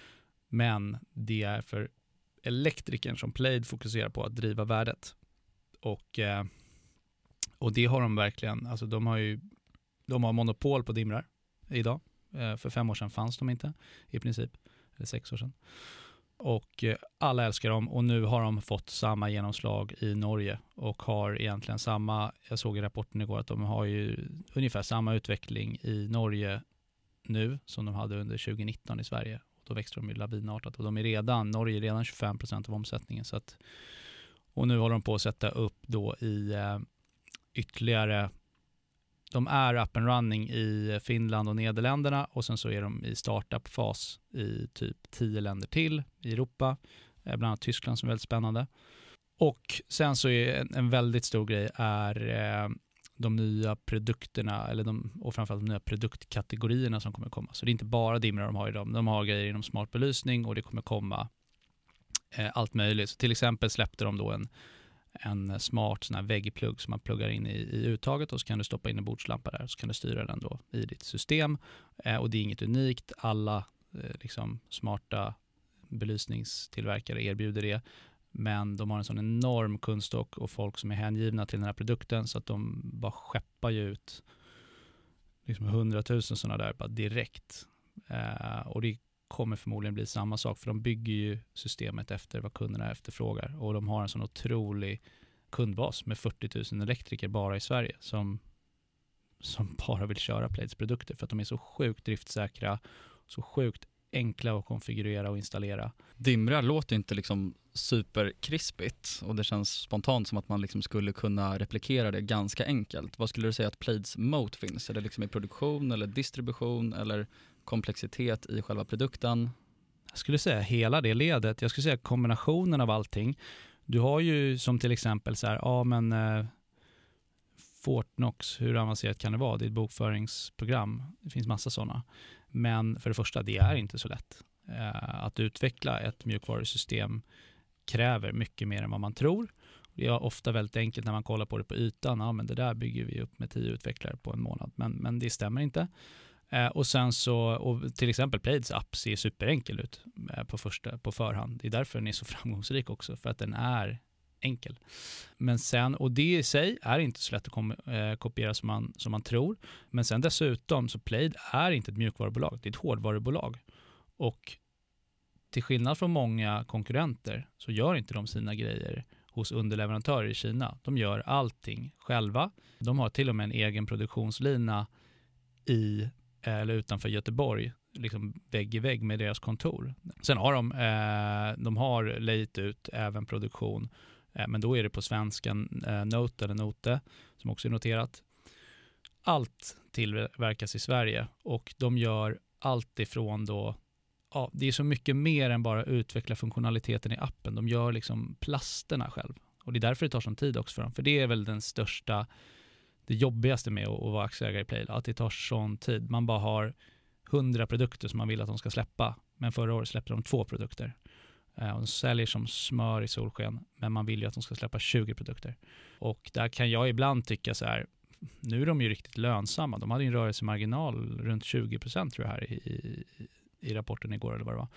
Men det är för elektrikern som Plejd fokuserar på att driva värdet. Och, eh, och det har de verkligen, alltså de har ju de har monopol på dimrar idag. Eh, för fem år sedan fanns de inte i princip, eller sex år sedan. Och eh, alla älskar dem, och nu har de fått samma genomslag i Norge och har egentligen samma, jag såg i rapporten igår att de har ju ungefär samma utveckling i Norge nu som de hade under tjugonitton i Sverige. Då växte de ju lavinartat, och de är redan, Norge är redan tjugofem procent av omsättningen. Så att, och nu håller de på att sätta upp då i eh, ytterligare, de är up and running i Finland och Nederländerna, och sen så är de i startup-fas i typ tio länder till i Europa, eh, bland annat Tyskland som är väldigt spännande. Och sen så är en, en väldigt stor grej är eh, de nya produkterna, eller de, och framförallt de nya produktkategorierna som kommer komma. Så det är inte bara dimrar de har idag. De har grejer inom smart belysning, och det kommer komma eh, allt möjligt. Så till exempel släppte de då en, en smart sån här väggplugg som man pluggar in i, i uttaget, och så kan du stoppa in en bordslampa där, och så kan du styra den då i ditt system. Eh, och det är inget unikt. Alla eh, liksom smarta belysningstillverkare erbjuder det. Men de har en sån enorm kundstock och folk som är hängivna till den här produkten, så att de bara skeppar ju ut liksom hundratusen sådana där bara direkt. Eh, och det kommer förmodligen bli samma sak, för de bygger ju systemet efter vad kunderna efterfrågar. Och de har en sån otrolig kundbas med fyrtio tusen elektriker bara i Sverige som, som bara vill köra Pleids produkter, för att de är så sjukt driftsäkra, så sjukt enkla att konfigurera och installera. Dimrar låter inte liksom superkrispigt, och det känns spontant som att man liksom skulle kunna replikera det ganska enkelt. Vad skulle du säga att Pleids moat finns? Är det liksom i produktion eller distribution eller komplexitet i själva produkten? Jag skulle säga hela det ledet. Jag skulle säga kombinationen av allting. Du har ju som till exempel så här, ja men eh, Fortnox, hur avancerat kan det vara? Det är ett bokföringsprogram. Det finns massa sådana. Men för det första, det är inte så lätt. Eh, att utveckla ett mjukvarusystem kräver mycket mer än vad man tror. Det är ofta väldigt enkelt när man kollar på det på ytan. Ja, men det där bygger vi upp med tio utvecklare på en månad. Men, men det stämmer inte. Eh, och sen så, och till exempel Pleids app ser superenkel ut eh, på, första, på förhand. Det är därför den är så framgångsrik också. För att den är enkel. Men sen, och det i sig är inte så lätt att kom, eh, kopiera som man, som man tror. Men sen dessutom så Plejd är inte ett mjukvarubolag, det är ett hårdvarubolag. Och till skillnad från många konkurrenter så gör inte de sina grejer hos underleverantörer i Kina. De gör allting själva. De har till och med en egen produktionslina i eller utanför Göteborg, liksom vägg i vägg med deras kontor. Sen har de, eh, de har lejt ut även produktion, eh, men då är det på svenskan eh, Note eller Note, som också är noterat. Allt tillverkas i Sverige, och de gör allt ifrån då, ja, det är så mycket mer än bara utveckla funktionaliteten i appen. De gör liksom plasterna själv. Och det är därför det tar sån tid också för dem. För det är väl den största, det jobbigaste med att, att vara aktieägare i Plejd, att det tar sån tid. Man bara har hundra produkter som man vill att de ska släppa. Men förra året släppte de två produkter. Och de säljer som smör i solsken, men man vill ju att de ska släppa tjugo produkter. Och där kan jag ibland tycka så här, nu är de ju riktigt lönsamma. De hade ju en rörelsemarginal runt tjugo procent tror jag här i, i, i rapporten igår eller vad det var.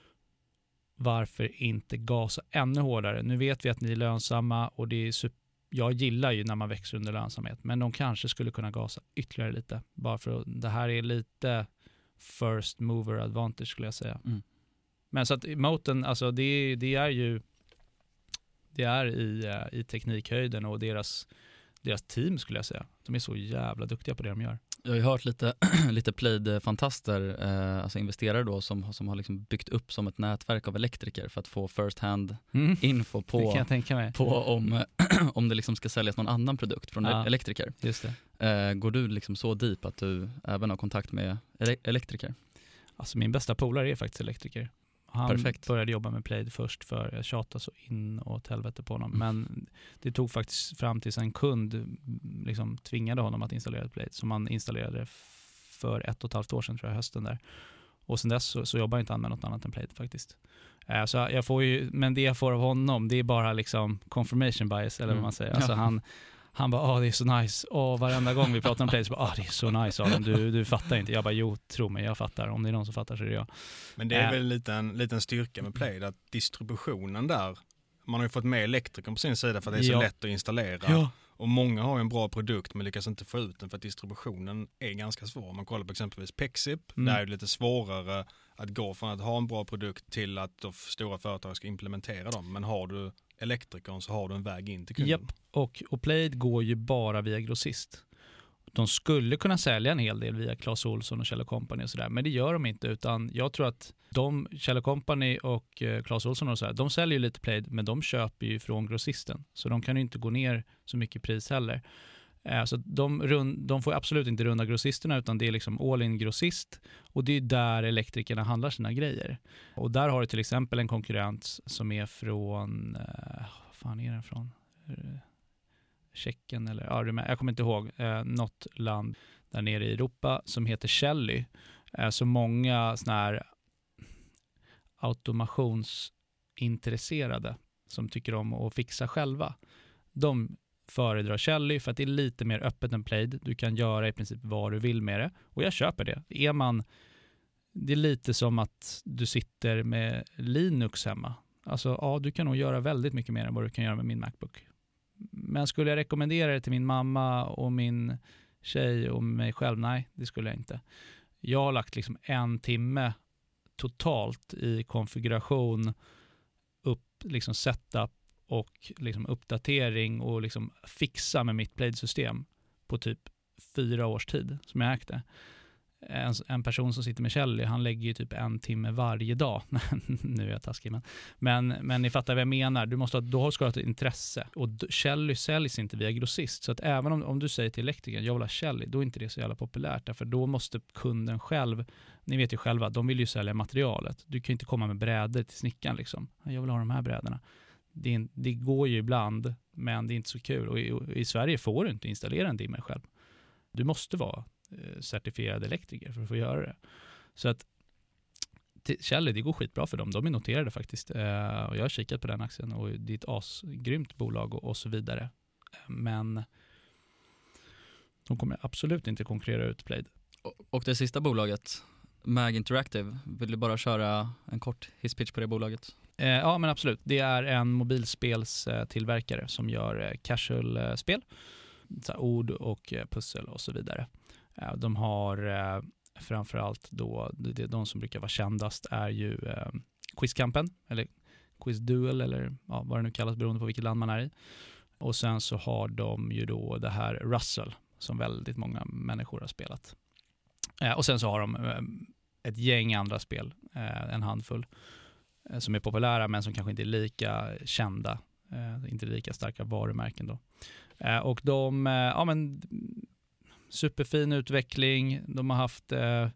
Varför inte gasa ännu hårdare? Nu vet vi att ni är lönsamma, och det är super, jag gillar ju när man växer under lönsamhet, men de kanske skulle kunna gasa ytterligare lite. Bara för att det här är lite first mover advantage skulle jag säga. Mm. Men så att moten, alltså det, det är ju det är i, i teknikhöjden och deras, deras team skulle jag säga. De är så jävla duktiga på det de gör. Jag har ju hört lite, lite Plejd-fantaster, eh, alltså investerare då, som, som har liksom byggt upp som ett nätverk av elektriker för att få first hand mm. info på, på om, om det liksom ska säljas någon annan produkt från ja, elektriker. Just det. Eh, går du liksom så deep att du även har kontakt med ele- elektriker? Alltså min bästa polare är faktiskt elektriker. Han Perfekt. började jobba med Played först för jag tjatade så in åt helvete på honom. Mm. Men det tog faktiskt fram tills en kund liksom tvingade honom att installera ett Played. Som han installerade för ett och ett halvt år sedan tror jag, hösten där. Och sen dess så, så jobbar inte han med något annat än Played faktiskt. Uh, så jag får ju, men det jag får av honom, det är bara liksom confirmation bias, eller vad man säger. Alltså han, han bara, ah det är så nice. Och varenda gång vi pratar om Played så bara, ah det är så nice Adam, du, du fattar inte. Jag bara, jo, tro mig, jag fattar. Om det är någon som fattar så är det jag. Men det är uh, väl en liten, liten styrka med Played, att distributionen där, man har ju fått med elektrikern på sin sida för att det är så ja. lätt att installera. Ja. Och många har ju en bra produkt men lyckas inte få ut den för att distributionen är ganska svår. Man kollar på exempelvis Pexip, mm. där är det lite svårare att gå från att ha en bra produkt till att de stora företag ska implementera dem. Men har du elektrikern så har du en väg in till kunden. Japp, och, och Played går ju bara via grossist. De skulle kunna sälja en hel del via Clas Ohlson och Kjell och Company och sådär, men det gör de inte, utan jag tror att de, Kjell och Company och eh, Clas Ohlson och sådär, de säljer ju lite Played, men de köper ju från grossisten, så de kan ju inte gå ner så mycket pris heller. Eh, så de, rund, de får absolut inte runda grossisterna, utan det är liksom all-in grossist, och det är där elektrikerna handlar sina grejer. Och där har du till exempel en konkurrent som är från, eh, vad fan är den från? Tjeckien eller ja, jag kommer inte ihåg, eh, något land där nere i Europa som heter Shelly. Eh, så många såna här automationsintresserade som tycker om att fixa själva, de föredrar Shelly för att det är lite mer öppet än Played. Du kan göra i princip vad du vill med det, och jag köper det. Är man, det är lite som att du sitter med Linux hemma. Alltså ja, du kan nog göra väldigt mycket mer än vad du kan göra med min MacBook. Men skulle jag rekommendera det till min mamma och min tjej och mig själv? Nej, det skulle jag inte. Jag har lagt liksom en timme totalt i konfiguration, upp, liksom setup och liksom uppdatering och liksom fixa med mitt Played-system på typ fyra års tid som jag ägde. En, en person som sitter med Shelly, han lägger ju typ en timme varje dag. Nu är jag taskig, men, men, men ni fattar vad jag menar. Du måste ha, då ska du ha ett intresse. Och Shelly säljs inte via grossist. Så att även om, om du säger till elektrikern, jag vill ha Shelly, då är inte det så jävla populärt. Därför då måste kunden själv, ni vet ju själva, de vill ju sälja materialet. Du kan ju inte komma med brädor till snickaren liksom. Jag vill ha de här brädorna. Det, det går ju ibland, men det är inte så kul. Och i, och i Sverige får du inte installera en dimmer själv. Du måste vara certifierad elektriker för att få göra det. Så att Kjell, det går skitbra för dem. De är noterade faktiskt. Och jag har kikat på den aktien och det är ett asgrymt bolag och, och så vidare. Men de kommer absolut inte konkurrera ut Played. Och det sista bolaget, Mag Interactive, vill du bara köra en kort hisspitch på det bolaget? Ja, men absolut. Det är en mobilspelstillverkare som gör casual-spel. Så här, ord och pussel och så vidare. De har eh, framförallt då, det, de som brukar vara kändast är ju eh, Quizkampen eller Quizduel eller ja, vad det nu kallas beroende på vilket land man är i. Och sen så har de ju då det här Russell som väldigt många människor har spelat. Eh, och sen så har de eh, ett gäng andra spel, eh, en handfull, eh, som är populära men som kanske inte är lika kända, eh, inte lika starka varumärken då. Eh, och de, eh, ja men superfin utveckling. De har haft eh,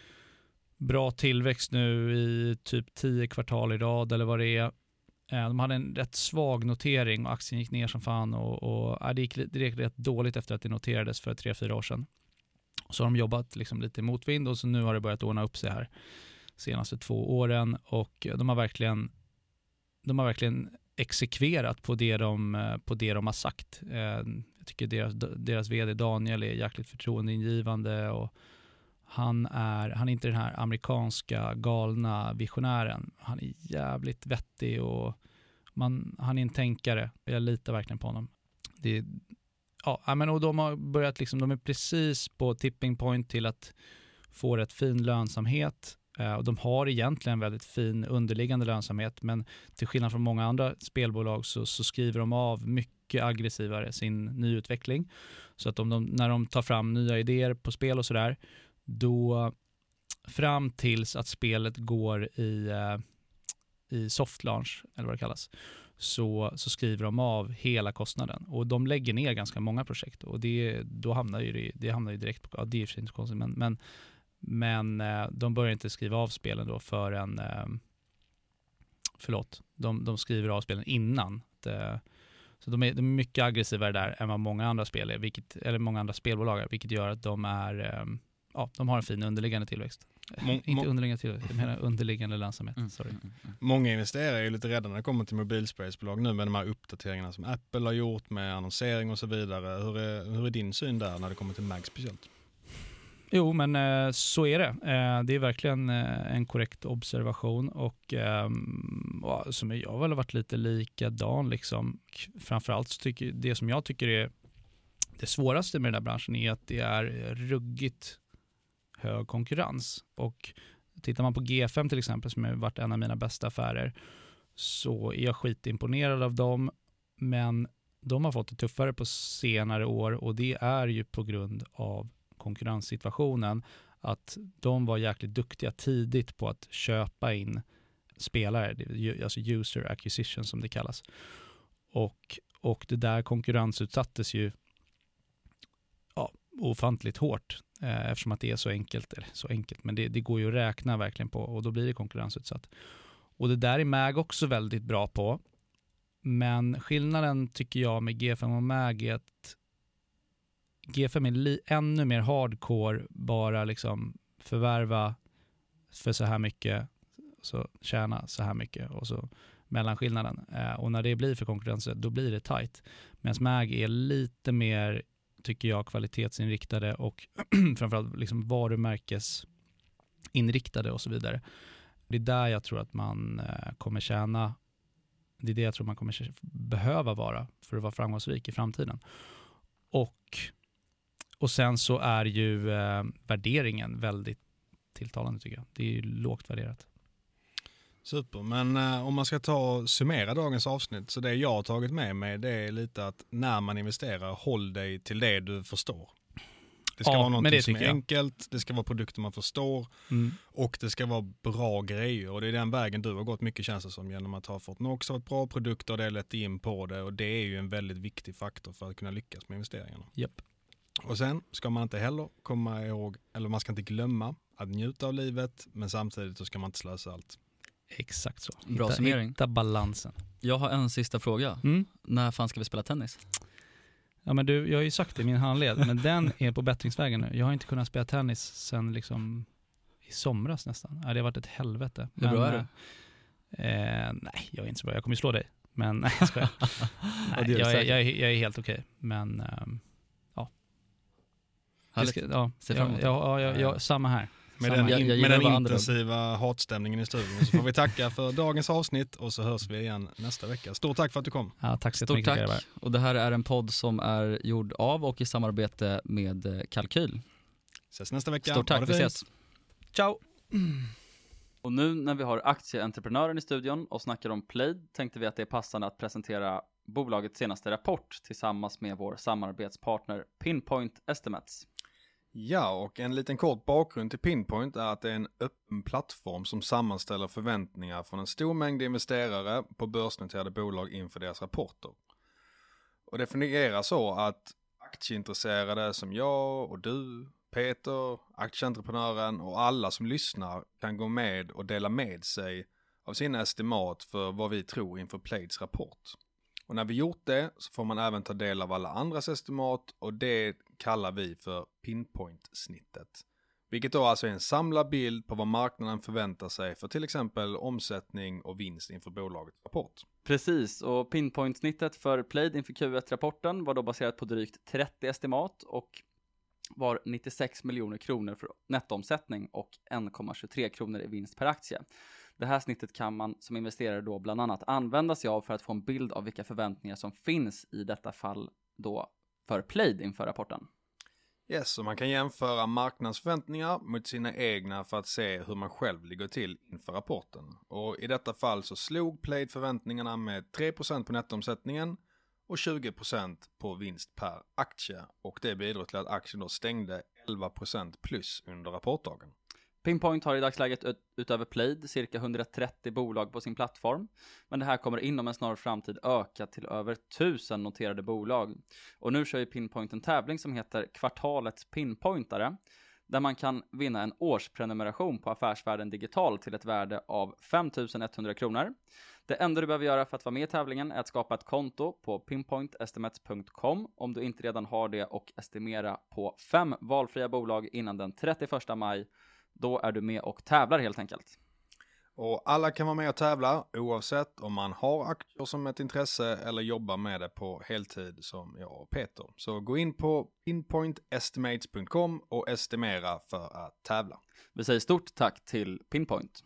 bra tillväxt nu i typ tio kvartal i rad eller vad det är. Eh, de hade en rätt svag notering och aktien gick ner som fan och, och ja, det gick direkt rätt dåligt efter att det noterades för tre fyra år sedan. Så har de jobbat liksom lite i motvind och så nu har det börjat ordna upp sig här senaste två åren och de har verkligen de har verkligen exekverat på det de, på det de har sagt. Eh, jag tycker deras, deras vd Daniel är jäkligt förtroendeingivande och han är, han är inte den här amerikanska galna visionären. Han är jävligt vettig och man, han är en tänkare. Jag litar verkligen på honom. Det, ja, men och de har börjat liksom, de är precis på tipping point till att få rätt fin lönsamhet. Och de har egentligen väldigt fin underliggande lönsamhet, men till skillnad från många andra spelbolag så, så skriver de av mycket aggressivare sin nyutveckling. Så att om de, när de tar fram nya idéer på spel och sådär, då fram tills att spelet går i, uh, i soft launch, eller vad det kallas, så, så skriver de av hela kostnaden. Och de lägger ner ganska många projekt. Och det, då hamnar ju det, det hamnar ju direkt på, ja, det är inte konstigt, men, men Men eh, de börjar inte skriva av spelen då förrän, eh, förlåt, de, de skriver av spelen innan. Det, så de är, de är mycket aggressivare där än vad många andra spel är, vilket, eller många andra spelbolag är, vilket gör att de är, ja, de har en fin underliggande tillväxt. Må, Inte må, underliggande tillväxt, jag menar underliggande lönsamhet. Mm, sorry. Mm, mm. Många investerare är ju lite rädda när det kommer till mobilspelsbolag nu med de här uppdateringarna som Apple har gjort med annonsering och så vidare. Hur är, hur är din syn där när det kommer till Mag speciellt? Jo, men eh, så är det. Eh, det är verkligen eh, en korrekt observation och eh, som jag har väl varit lite likadan liksom. Framförallt så tycker det som jag tycker är det svåraste med den här branschen är att det är ruggigt hög konkurrens. Och tittar man på G fem till exempel, som har varit en av mina bästa affärer, så är jag skitimponerad av dem, men de har fått det tuffare på senare år och det är ju på grund av konkurrenssituationen, att de var jäkligt duktiga tidigt på att köpa in spelare, alltså user acquisition som det kallas. Och, och det där konkurrensutsattes ju ja, ofantligt hårt eh, eftersom att det är så enkelt, eller så enkelt, men det, det går ju att räkna verkligen på och då blir det konkurrensutsatt. Och det där är Mag också väldigt bra på, men skillnaden tycker jag med G fem och Mag är att G fem är li- ännu mer hardcore, bara liksom förvärva för så här mycket, så tjäna så här mycket och så mellanskillnaden. Eh, och när det blir för konkurrens, då blir det tight. Medan Mag är lite mer, tycker jag, kvalitetsinriktade och framförallt liksom varumärkesinriktade och så vidare. Det är där jag tror att man eh, kommer tjäna, det är det jag tror man kommer behöva vara för att vara framgångsrik i framtiden. Och Och sen så är ju eh, värderingen väldigt tilltalande tycker jag. Det är ju lågt värderat. Super, men eh, om man ska ta och summera dagens avsnitt, så det jag har tagit med mig, det är lite att när man investerar, håll dig till det du förstår. Det ska ja, vara någonting som är jag. enkelt, det ska vara produkter man förstår mm. och det ska vara bra grejer. Och det är den vägen du har gått mycket, känns det som, genom att ha fått Nox av ett bra produkter och det är lätt in på det, och det är ju en väldigt viktig faktor för att kunna lyckas med investeringarna. Japp. Och sen ska man inte heller komma ihåg, eller man ska inte glömma att njuta av livet, men samtidigt så ska man inte slösa allt. Exakt så. Bra hitta, summering. Hitta balansen. Jag har en sista fråga. Mm? När fan ska vi spela tennis? Ja, men du, jag har ju sagt det i min handled, men den är på bättringsvägen nu. Jag har inte kunnat spela tennis sedan liksom i somras nästan. Ja, det har varit ett helvete. Hur bra är du? Eh, nej, jag är inte så bra. Jag kommer ju slå dig. Men nej, jag skojar. nej, jag, är, jag, är, jag är helt okej. Okay. Men um, ja. Ska, ja, Se fram emot. Ja, ja, ja, ja, samma här. Med samma. den, in, jag, jag med den andra. intensiva hatstämningen i studion så får vi tacka för dagens avsnitt och så hörs vi igen nästa vecka. Stort tack för att du kom. Ja, tack så Stort mycket. Tack. Och det här är en podd som är gjord av och i samarbete med Kalkyl. Ses nästa vecka. Stort tack, vi ses. Ciao. Och nu när vi har aktieentreprenören i studion och snackar om Plaid, tänkte vi att det är passande att presentera bolagets senaste rapport tillsammans med vår samarbetspartner Pinpoint Estimates. Ja, och en liten kort bakgrund till Pinpoint är att det är en öppen plattform som sammanställer förväntningar från en stor mängd investerare på börsnoterade bolag inför deras rapporter. Och det fungerar så att aktieintresserade som jag och du, Peter, aktieentreprenören och alla som lyssnar kan gå med och dela med sig av sina estimat för vad vi tror inför Plaids rapport. Och när vi gjort det så får man även ta del av alla andras estimat, och det kallar vi för Pinpoint-snittet. Vilket då alltså är en samlad bild på vad marknaden förväntar sig för till exempel omsättning och vinst inför bolagets rapport. Precis, och Pinpoint-snittet för Plaid inför Q ett-rapporten var då baserat på drygt trettio estimat och var nittiosex miljoner kronor för nettoomsättning och en komma tjugotre kronor i vinst per aktie. Det här snittet kan man som investerare då bland annat använda sig av för att få en bild av vilka förväntningar som finns i detta fall då för Plaid inför rapporten. Yes, så man kan jämföra marknadsförväntningar mot sina egna för att se hur man själv ligger till inför rapporten. Och i detta fall så slog Plaid förväntningarna med tre procent på nettoomsättningen och tjugo procent på vinst per aktie. Och det bidrog till att aktien då stängde elva procent plus under rapportdagen. Pinpoint har i dagsläget ut- utöver Plaid cirka hundratrettio bolag på sin plattform. Men det här kommer inom en snar framtid öka till över tusen noterade bolag. Och nu kör ju Pinpoint en tävling som heter Kvartalets Pinpointare. där man kan vinna en årsprenumeration på Affärsvärlden Digital till ett värde av fem tusen etthundra kronor. Det enda du behöver göra för att vara med i tävlingen är att skapa ett konto på pinpoint estimates punkt com om du inte redan har det och estimera på fem valfria bolag innan den trettioförsta maj. Då är du med och tävlar helt enkelt. Och alla kan vara med och tävla oavsett om man har aktier som ett intresse eller jobbar med det på heltid som jag och Peter. Så gå in på pinpoint estimates punkt com och estimera för att tävla. Vi säger stort tack till Pinpoint.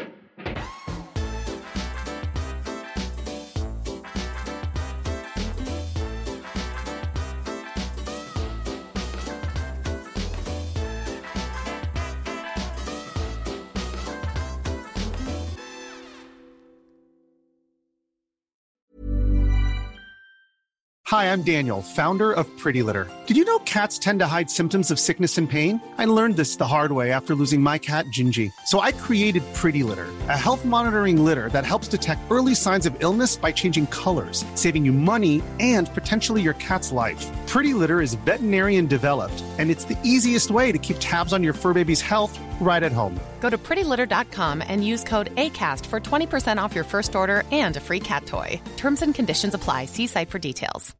Hi, I'm Daniel, founder of Pretty Litter. Did you know cats tend to hide symptoms of sickness and pain? I learned this the hard way after losing my cat, Gingy. So I created Pretty Litter, a health monitoring litter that helps detect early signs of illness by changing colors, saving you money and potentially your cat's life. Pretty Litter is veterinarian developed, and it's the easiest way to keep tabs on your fur baby's health right at home. Go to pretty litter dot com and use code ACAST for twenty percent off your first order and a free cat toy. Terms and conditions apply. See site for details.